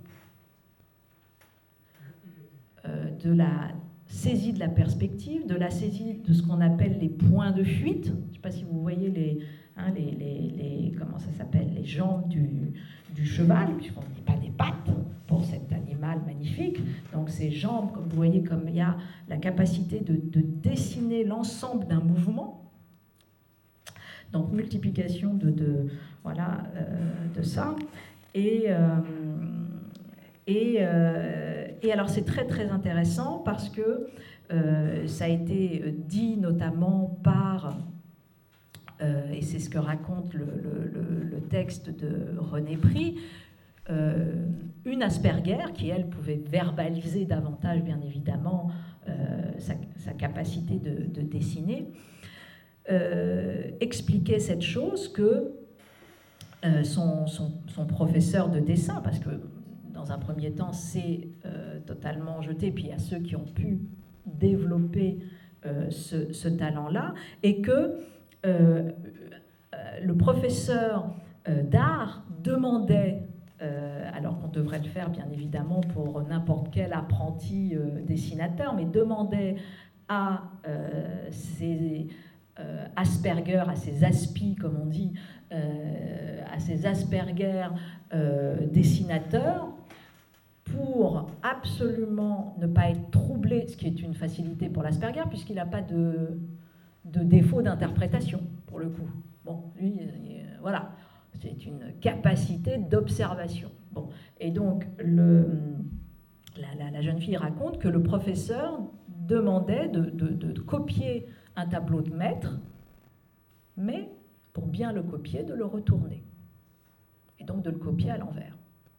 Speaker 1: euh, de la saisie de la perspective, de la saisie de ce qu'on appelle les points de fuite. Je ne sais pas si vous voyez les, hein, les, les, les comment ça s'appelle, les jambes du, du cheval, puisqu'on ne dit pas des pattes pour cet animal magnifique. Donc ces jambes, comme vous voyez, comme il y a la capacité de, de dessiner l'ensemble d'un mouvement. Donc multiplication de, de voilà euh, de ça. Et euh, Et, euh, et alors c'est très très intéressant parce que euh, ça a été dit notamment par, euh, et c'est ce que raconte le, le, le texte de René Pry, euh, une Asperger qui, elle, pouvait verbaliser davantage, bien évidemment, euh, sa, sa capacité de, de dessiner, euh, expliquait cette chose que euh, son, son, son professeur de dessin, parce que dans un premier temps, c'est euh, totalement jeté, puis il y a ceux qui ont pu développer euh, ce, ce talent-là, et que euh, le professeur euh, d'art demandait, euh, alors qu'on devrait le faire bien évidemment pour n'importe quel apprenti euh, dessinateur, mais demandait à euh, ces euh, Asperger, à ces Aspi, comme on dit, euh, à ces Asperger euh, dessinateurs, pour absolument ne pas être troublé, ce qui est une facilité pour l'Asperger, puisqu'il n'a pas de, de défaut d'interprétation, pour le coup. Bon, lui, il, voilà, c'est une capacité d'observation. Bon, et donc, le, la, la, la jeune fille raconte que le professeur demandait de, de, de copier un tableau de maître, mais pour bien le copier, de le retourner. Et donc de le copier à l'envers.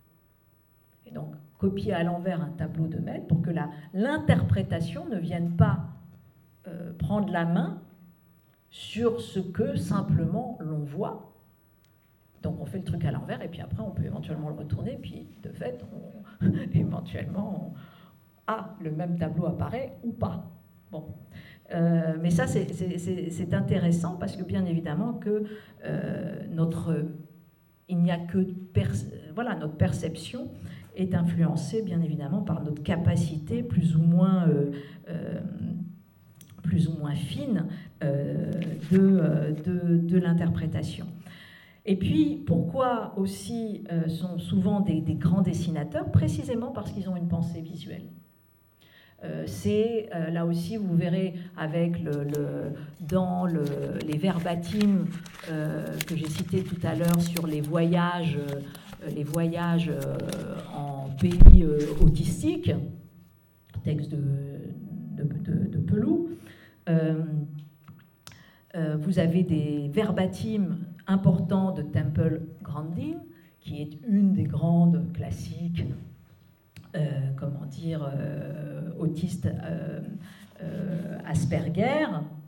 Speaker 1: Et donc, copier à l'envers un tableau de maître pour que la, l'interprétation ne vienne pas euh, prendre la main sur ce que simplement l'on voit. Donc on fait le truc à l'envers et puis après on peut éventuellement le retourner, puis de fait, on, éventuellement, on, ah, le même tableau apparaît ou pas. Bon. Euh, mais ça, c'est, c'est, c'est, c'est intéressant parce que bien évidemment que euh, notre, il n'y a que per, voilà, notre perception est influencée bien évidemment par notre capacité plus ou moins, euh, euh, plus ou moins fine euh, de, de, de l'interprétation. Et puis, pourquoi aussi euh, sont souvent des, des grands dessinateurs? Précisément parce qu'ils ont une pensée visuelle. Euh, c'est, euh, là aussi, vous verrez avec le, le, dans le, les verbatims euh, que j'ai cités tout à l'heure sur les voyages, euh, les voyages euh, en pays euh, autistiques, texte de, de, de, de Pelou, euh, euh, vous avez des verbatims importants de Temple Grandin, qui est une des grandes classiques, euh, comment dire, euh, autistes euh, euh, Asperger,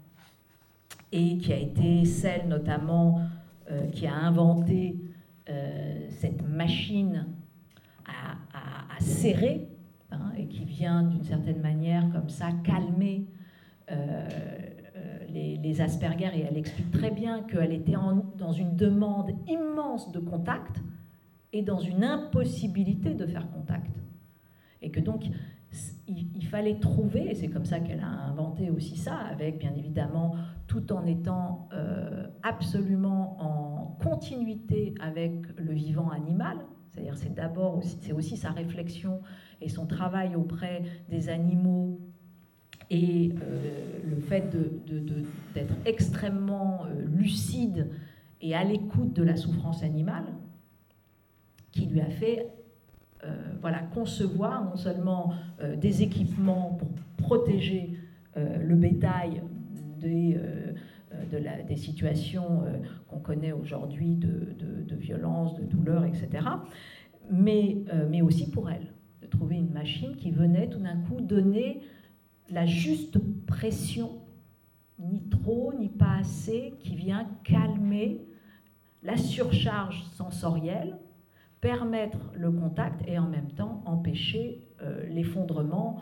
Speaker 1: et qui a été celle notamment euh, qui a inventé euh, cette machine à, à, à serrer, hein, et qui vient d'une certaine manière comme ça calmer euh, Les, les Asperger, et elle explique très bien qu'elle était en, dans une demande immense de contact et dans une impossibilité de faire contact. Et que donc, il, il fallait trouver, et c'est comme ça qu'elle a inventé aussi ça, avec bien évidemment, tout en étant euh, absolument en continuité avec le vivant animal, c'est-à-dire c'est d'abord aussi, c'est aussi sa réflexion et son travail auprès des animaux, et euh, le fait de, de, de, d'être extrêmement euh, lucide et à l'écoute de la souffrance animale, qui lui a fait euh, voilà, concevoir non seulement euh, des équipements pour protéger euh, le bétail des, euh, de la, des situations euh, qu'on connaît aujourd'hui de, de, de violence, de douleur, et cetera, mais, euh, mais aussi pour elle, de trouver une machine qui venait tout d'un coup donner la juste pression, ni trop, ni pas assez, qui vient calmer la surcharge sensorielle, permettre le contact et en même temps empêcher euh, l'effondrement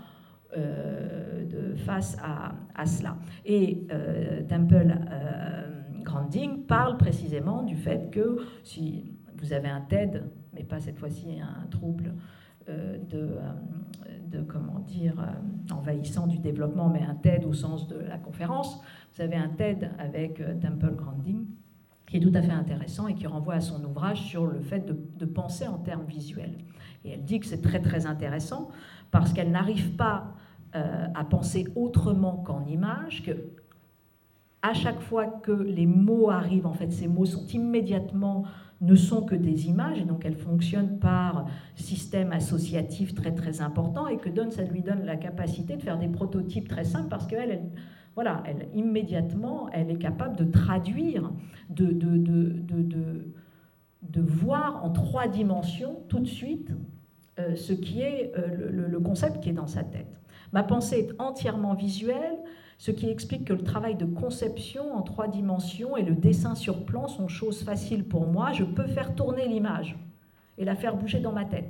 Speaker 1: euh, de, face à, à cela. Et euh, Temple euh, Grandin parle précisément du fait que si vous avez un T E D, mais pas cette fois-ci un trouble euh, de... Euh, de, comment dire, euh, envahissant du développement, mais un T E D au sens de la conférence. Vous avez un T E D avec euh, Temple Grandin, qui est tout à fait intéressant et qui renvoie à son ouvrage sur le fait de, de penser en termes visuels. Et elle dit que c'est très très intéressant parce qu'elle n'arrive pas euh, à penser autrement qu'en images, que à chaque fois que les mots arrivent, en fait, ces mots sont immédiatement ne sont que des images, et donc elles fonctionnent par système associatif très très important, et que donne, ça lui donne la capacité de faire des prototypes très simples, parce qu'elle, elle, voilà, elle, immédiatement, elle est capable de traduire, de, de, de, de, de, de voir en trois dimensions tout de suite euh, ce qui est euh, le, le concept qui est dans sa tête. Ma pensée est entièrement visuelle, ce qui explique que le travail de conception en trois dimensions et le dessin sur plan sont choses faciles pour moi. Je peux faire tourner l'image et la faire bouger dans ma tête.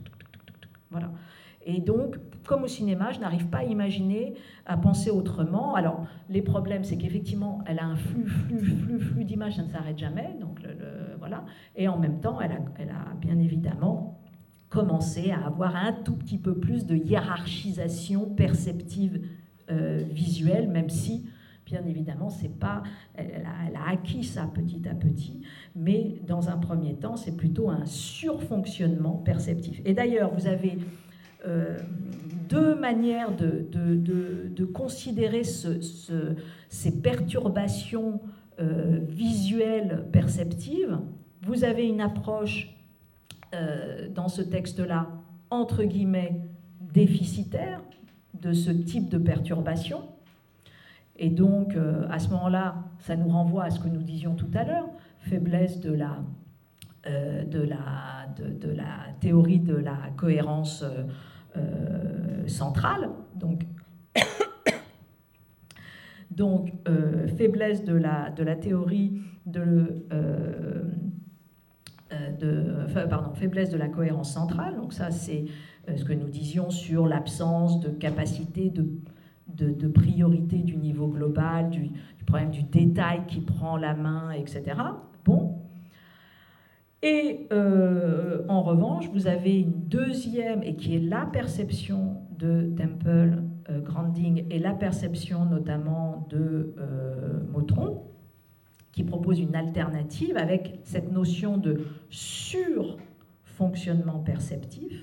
Speaker 1: Voilà. Et donc, comme au cinéma, je n'arrive pas à imaginer, à penser autrement. Alors, les problèmes, c'est qu'effectivement, elle a un flux, flux, flux, flux d'images, ça ne s'arrête jamais. Donc, le, le, voilà. Et en même temps, elle a, elle a bien évidemment commencé à avoir un tout petit peu plus de hiérarchisation perceptive euh, visuelle, même si, bien évidemment, c'est pas, elle a, elle a acquis ça petit à petit, mais dans un premier temps, c'est plutôt un surfonctionnement perceptif. Et d'ailleurs, vous avez euh, deux manières de, de, de, de considérer ce, ce, ces perturbations euh, visuelles perceptives. Vous avez une approche euh, dans ce texte-là, entre guillemets, déficitaire de ce type de perturbation. Et donc, euh, à ce moment-là, ça nous renvoie à ce que nous disions tout à l'heure, faiblesse de la, euh, de, la, de, de la théorie de la cohérence euh, euh, centrale. Donc, donc euh, faiblesse de la, de la théorie de... Euh, De, enfin, pardon, faiblesse de la cohérence centrale. Donc ça, c'est ce que nous disions sur l'absence de capacité de, de, de priorité du niveau global, du, du problème du détail qui prend la main, et cetera. Bon. Et euh, en revanche, vous avez une deuxième, et qui est la perception de Temple euh, Grandin et la perception notamment de euh, Motron, qui propose une alternative avec cette notion de surfonctionnement perceptif.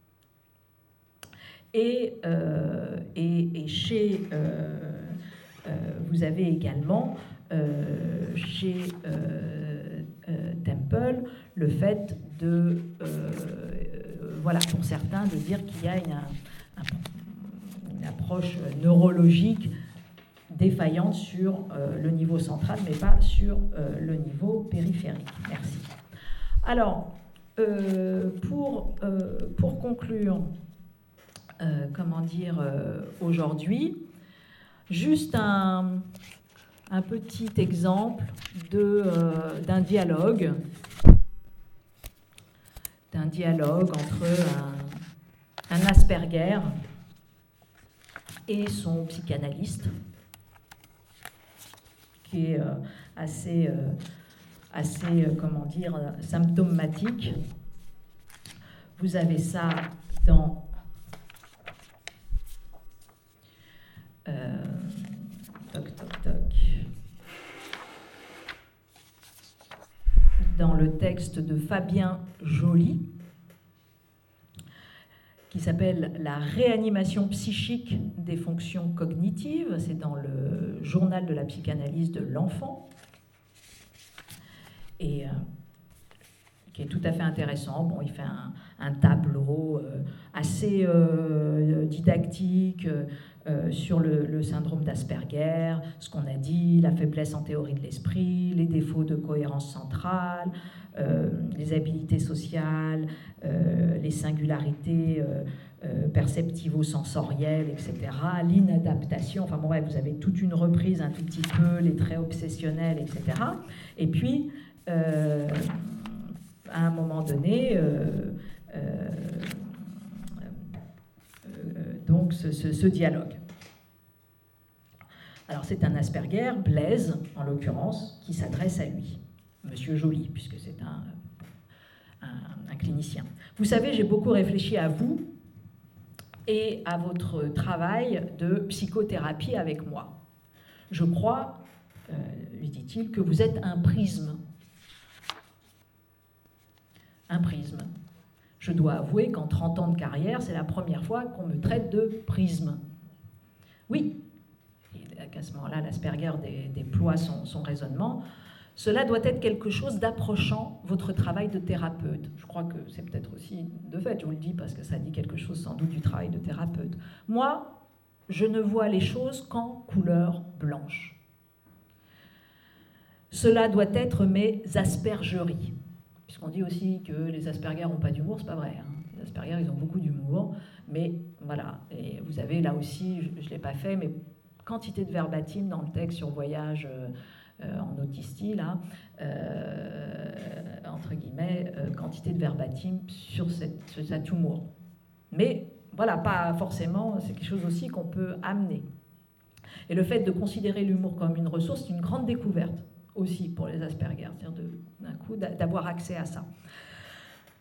Speaker 1: Et, euh, et, et chez, euh, euh, vous avez également, euh, chez euh, euh, Temple, le fait de, euh, voilà, pour certains, de dire qu'il y a une, un, une approche neurologique défaillante sur euh, le niveau central, mais pas sur euh, le niveau périphérique. Merci. Alors, euh, pour, euh, pour conclure, euh, comment dire, euh, aujourd'hui, juste un, un petit exemple de, euh, d'un dialogue, d'un dialogue entre un, un Asperger et son psychanalyste, qui est euh, assez, euh, assez euh, comment dire, euh, symptomatique. Vous avez ça dans euh, toc toc toc dans le texte de Fabien Joly, qui s'appelle « La réanimation psychique des fonctions cognitives ». C'est dans le journal de la psychanalyse de l'enfant, et euh, qui est tout à fait intéressant. Bon, il fait un, un tableau euh, assez euh, didactique euh, sur le, le syndrome d'Asperger, ce qu'on a dit, la faiblesse en théorie de l'esprit, les défauts de cohérence centrale, euh, les habilités sociales, euh, les singularités euh, euh, perceptivo-sensorielles, et cetera, l'inadaptation, enfin bon, ouais, vous avez toute une reprise un tout petit peu, les traits obsessionnels, et cetera. Et puis, euh, à un moment donné, euh, euh, euh, donc ce, ce, ce dialogue. Alors c'est un Asperger, Blaise en l'occurrence, qui s'adresse à lui, Monsieur Joly, puisque c'est un, un, un clinicien. Vous savez, j'ai beaucoup réfléchi à vous et à votre travail de psychothérapie avec moi. Je crois, euh, lui dit-il, que vous êtes un prisme. Un prisme. Je dois avouer qu'en trente ans de carrière, c'est la première fois qu'on me traite de prisme. Oui, et qu'à ce moment-là, l'Asperger dé, déploie son, son raisonnement. Cela doit être quelque chose d'approchant votre travail de thérapeute. Je crois que c'est peut-être aussi de fait, je vous le dis parce que ça dit quelque chose sans doute du travail de thérapeute. Moi, je ne vois les choses qu'en couleur blanche. Cela doit être mes aspergeries. Puisqu'on dit aussi que les Asperger n'ont pas d'humour, c'est pas vrai. Hein. Les Asperger, ils ont beaucoup d'humour, mais voilà. Et vous avez là aussi, je ne l'ai pas fait, mais quantité de verbatim dans le texte sur voyage euh, euh, en autistie, là, euh, entre guillemets, euh, quantité de verbatim sur, cette, sur cet humour. Mais voilà, pas forcément, c'est quelque chose aussi qu'on peut amener. Et le fait de considérer l'humour comme une ressource, c'est une grande découverte aussi pour les Asperger, c'est-à-dire d'un coup d'avoir accès à ça.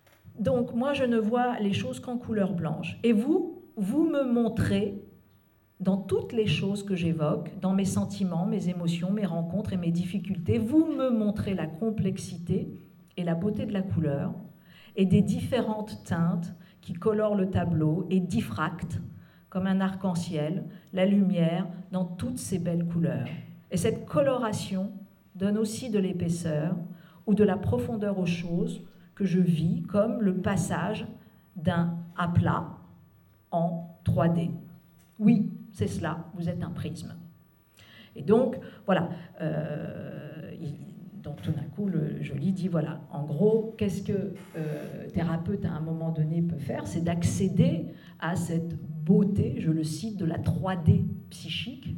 Speaker 1: Donc moi je ne vois les choses qu'en couleur blanche. Et vous, vous me montrez dans toutes les choses que j'évoque, dans mes sentiments, mes émotions, mes rencontres et mes difficultés. Vous me montrez la complexité et la beauté de la couleur et des différentes teintes qui colorent le tableau et diffractent, comme un arc-en-ciel, la lumière dans toutes ces belles couleurs. Et cette coloration donne aussi de l'épaisseur ou de la profondeur aux choses que je vis, comme le passage d'un aplat en trois D. Oui, c'est cela, vous êtes un prisme. Et donc, voilà, euh, il, donc tout d'un coup, le joli dit, voilà, en gros, qu'est-ce que euh, thérapeute à un moment donné peut faire? C'est d'accéder à cette beauté, je le cite, de la trois D psychique,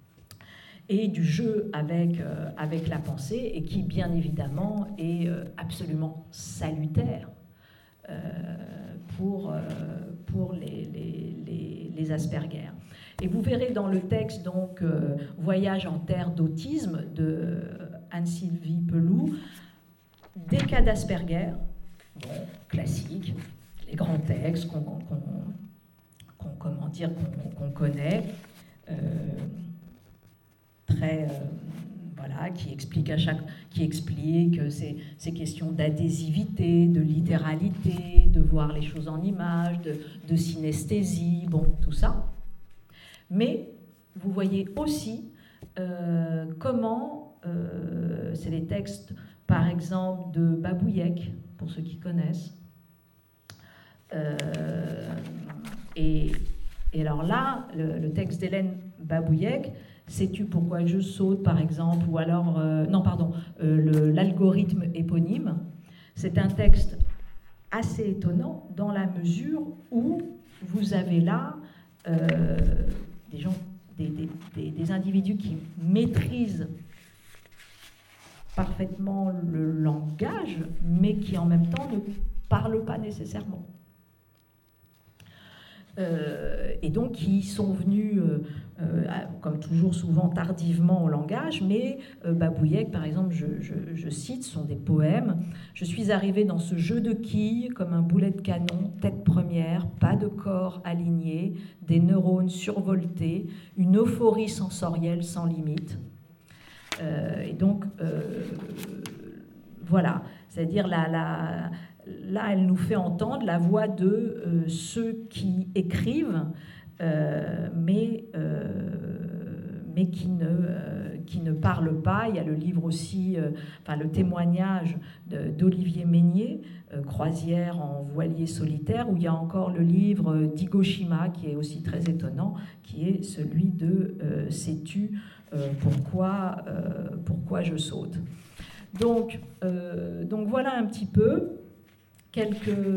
Speaker 1: et du jeu avec, euh, avec la pensée, et qui, bien évidemment, est euh, absolument salutaire euh, pour, euh, pour les, les, les, les Asperger. Et vous verrez dans le texte, donc, euh, Voyage en terre d'autisme de Anne-Sylvie Peloux, des cas d'Asperger, bon, classiques, les grands textes qu'on, qu'on, qu'on, comment dire, qu'on, qu'on connaît, euh, très, euh, voilà, qui explique à chaque, qui explique ces, ces questions d'adhésivité, de littéralité, de voir les choses en images, de, de synesthésie, bon, tout ça. Mais vous voyez aussi euh, comment, euh, c'est les textes, par exemple, de Babouyek, pour ceux qui connaissent, euh, et, et alors là, le, le texte d'Hélène Babouyek, sais-tu pourquoi je saute, par exemple, ou alors, euh, non, pardon, euh, le, l'algorithme éponyme, c'est un texte assez étonnant dans la mesure où vous avez là euh, des gens, des, des, des, des individus qui maîtrisent parfaitement le langage, mais qui en même temps ne parlent pas nécessairement. Euh, et donc qui sont venus, euh, euh, comme toujours souvent tardivement au langage, mais euh, Babouyek, par exemple, je, je, je cite, sont des poèmes. Je suis arrivé dans ce jeu de quilles comme un boulet de canon, tête première, pas de corps aligné, des neurones survoltés, une euphorie sensorielle sans limite. Euh, et donc, euh, voilà, c'est-à-dire la... la Là, elle nous fait entendre la voix de euh, ceux qui écrivent, euh, mais, euh, mais qui, ne, euh, qui ne parlent pas. Il y a le livre aussi, euh, enfin le témoignage de, d'Olivier Meignier, euh, Croisière en voilier solitaire, où il y a encore le livre d'Higoshima, qui est aussi très étonnant, qui est celui de euh, « Sais-tu euh, pourquoi, euh, pourquoi je saute ?» donc, euh, donc voilà un petit peu Quelques,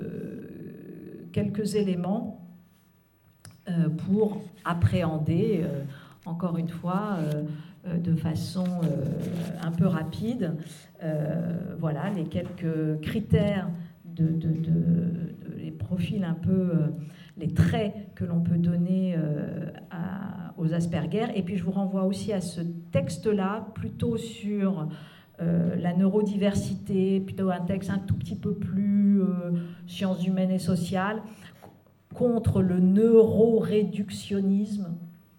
Speaker 1: quelques éléments euh, pour appréhender, euh, encore une fois, euh, de façon euh, un peu rapide, euh, voilà, les quelques critères, de, de, de, de les profils un peu, euh, les traits que l'on peut donner euh, à, aux Asperger. Et puis je vous renvoie aussi à ce texte-là, plutôt sur... Euh, la neurodiversité, plutôt un texte un tout petit peu plus euh, sciences humaines et sociales, contre le neuroréductionnisme,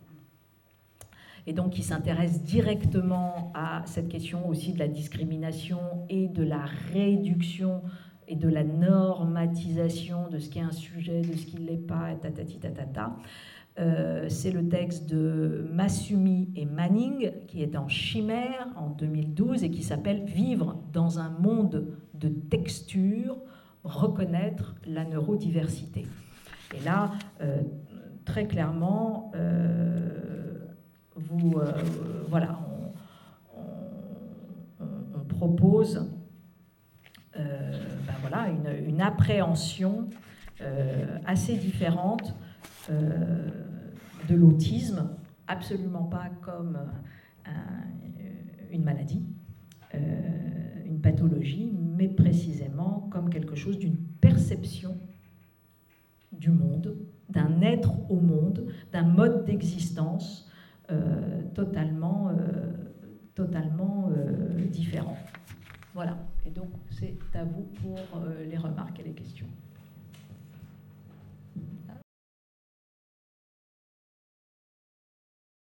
Speaker 1: et donc qui s'intéresse directement à cette question aussi de la discrimination et de la réduction et de la normatisation de ce qui est un sujet, de ce qui ne l'est pas, et tatati tatata. Euh, c'est le texte de Massumi et Manning, qui est en Chimère en deux mille douze et qui s'appelle « Vivre dans un monde de textures, reconnaître la neurodiversité ». Et là, euh, très clairement, euh, vous, euh, voilà, on, on, on propose euh, ben voilà, une, une appréhension euh, assez différente Euh, de l'autisme, absolument pas comme un, une maladie, euh, une pathologie, mais précisément comme quelque chose d'une perception du monde, d'un être au monde, d'un mode d'existence euh, totalement, euh, totalement euh, différent. Voilà, et donc c'est à vous pour euh, les remarques et les questions.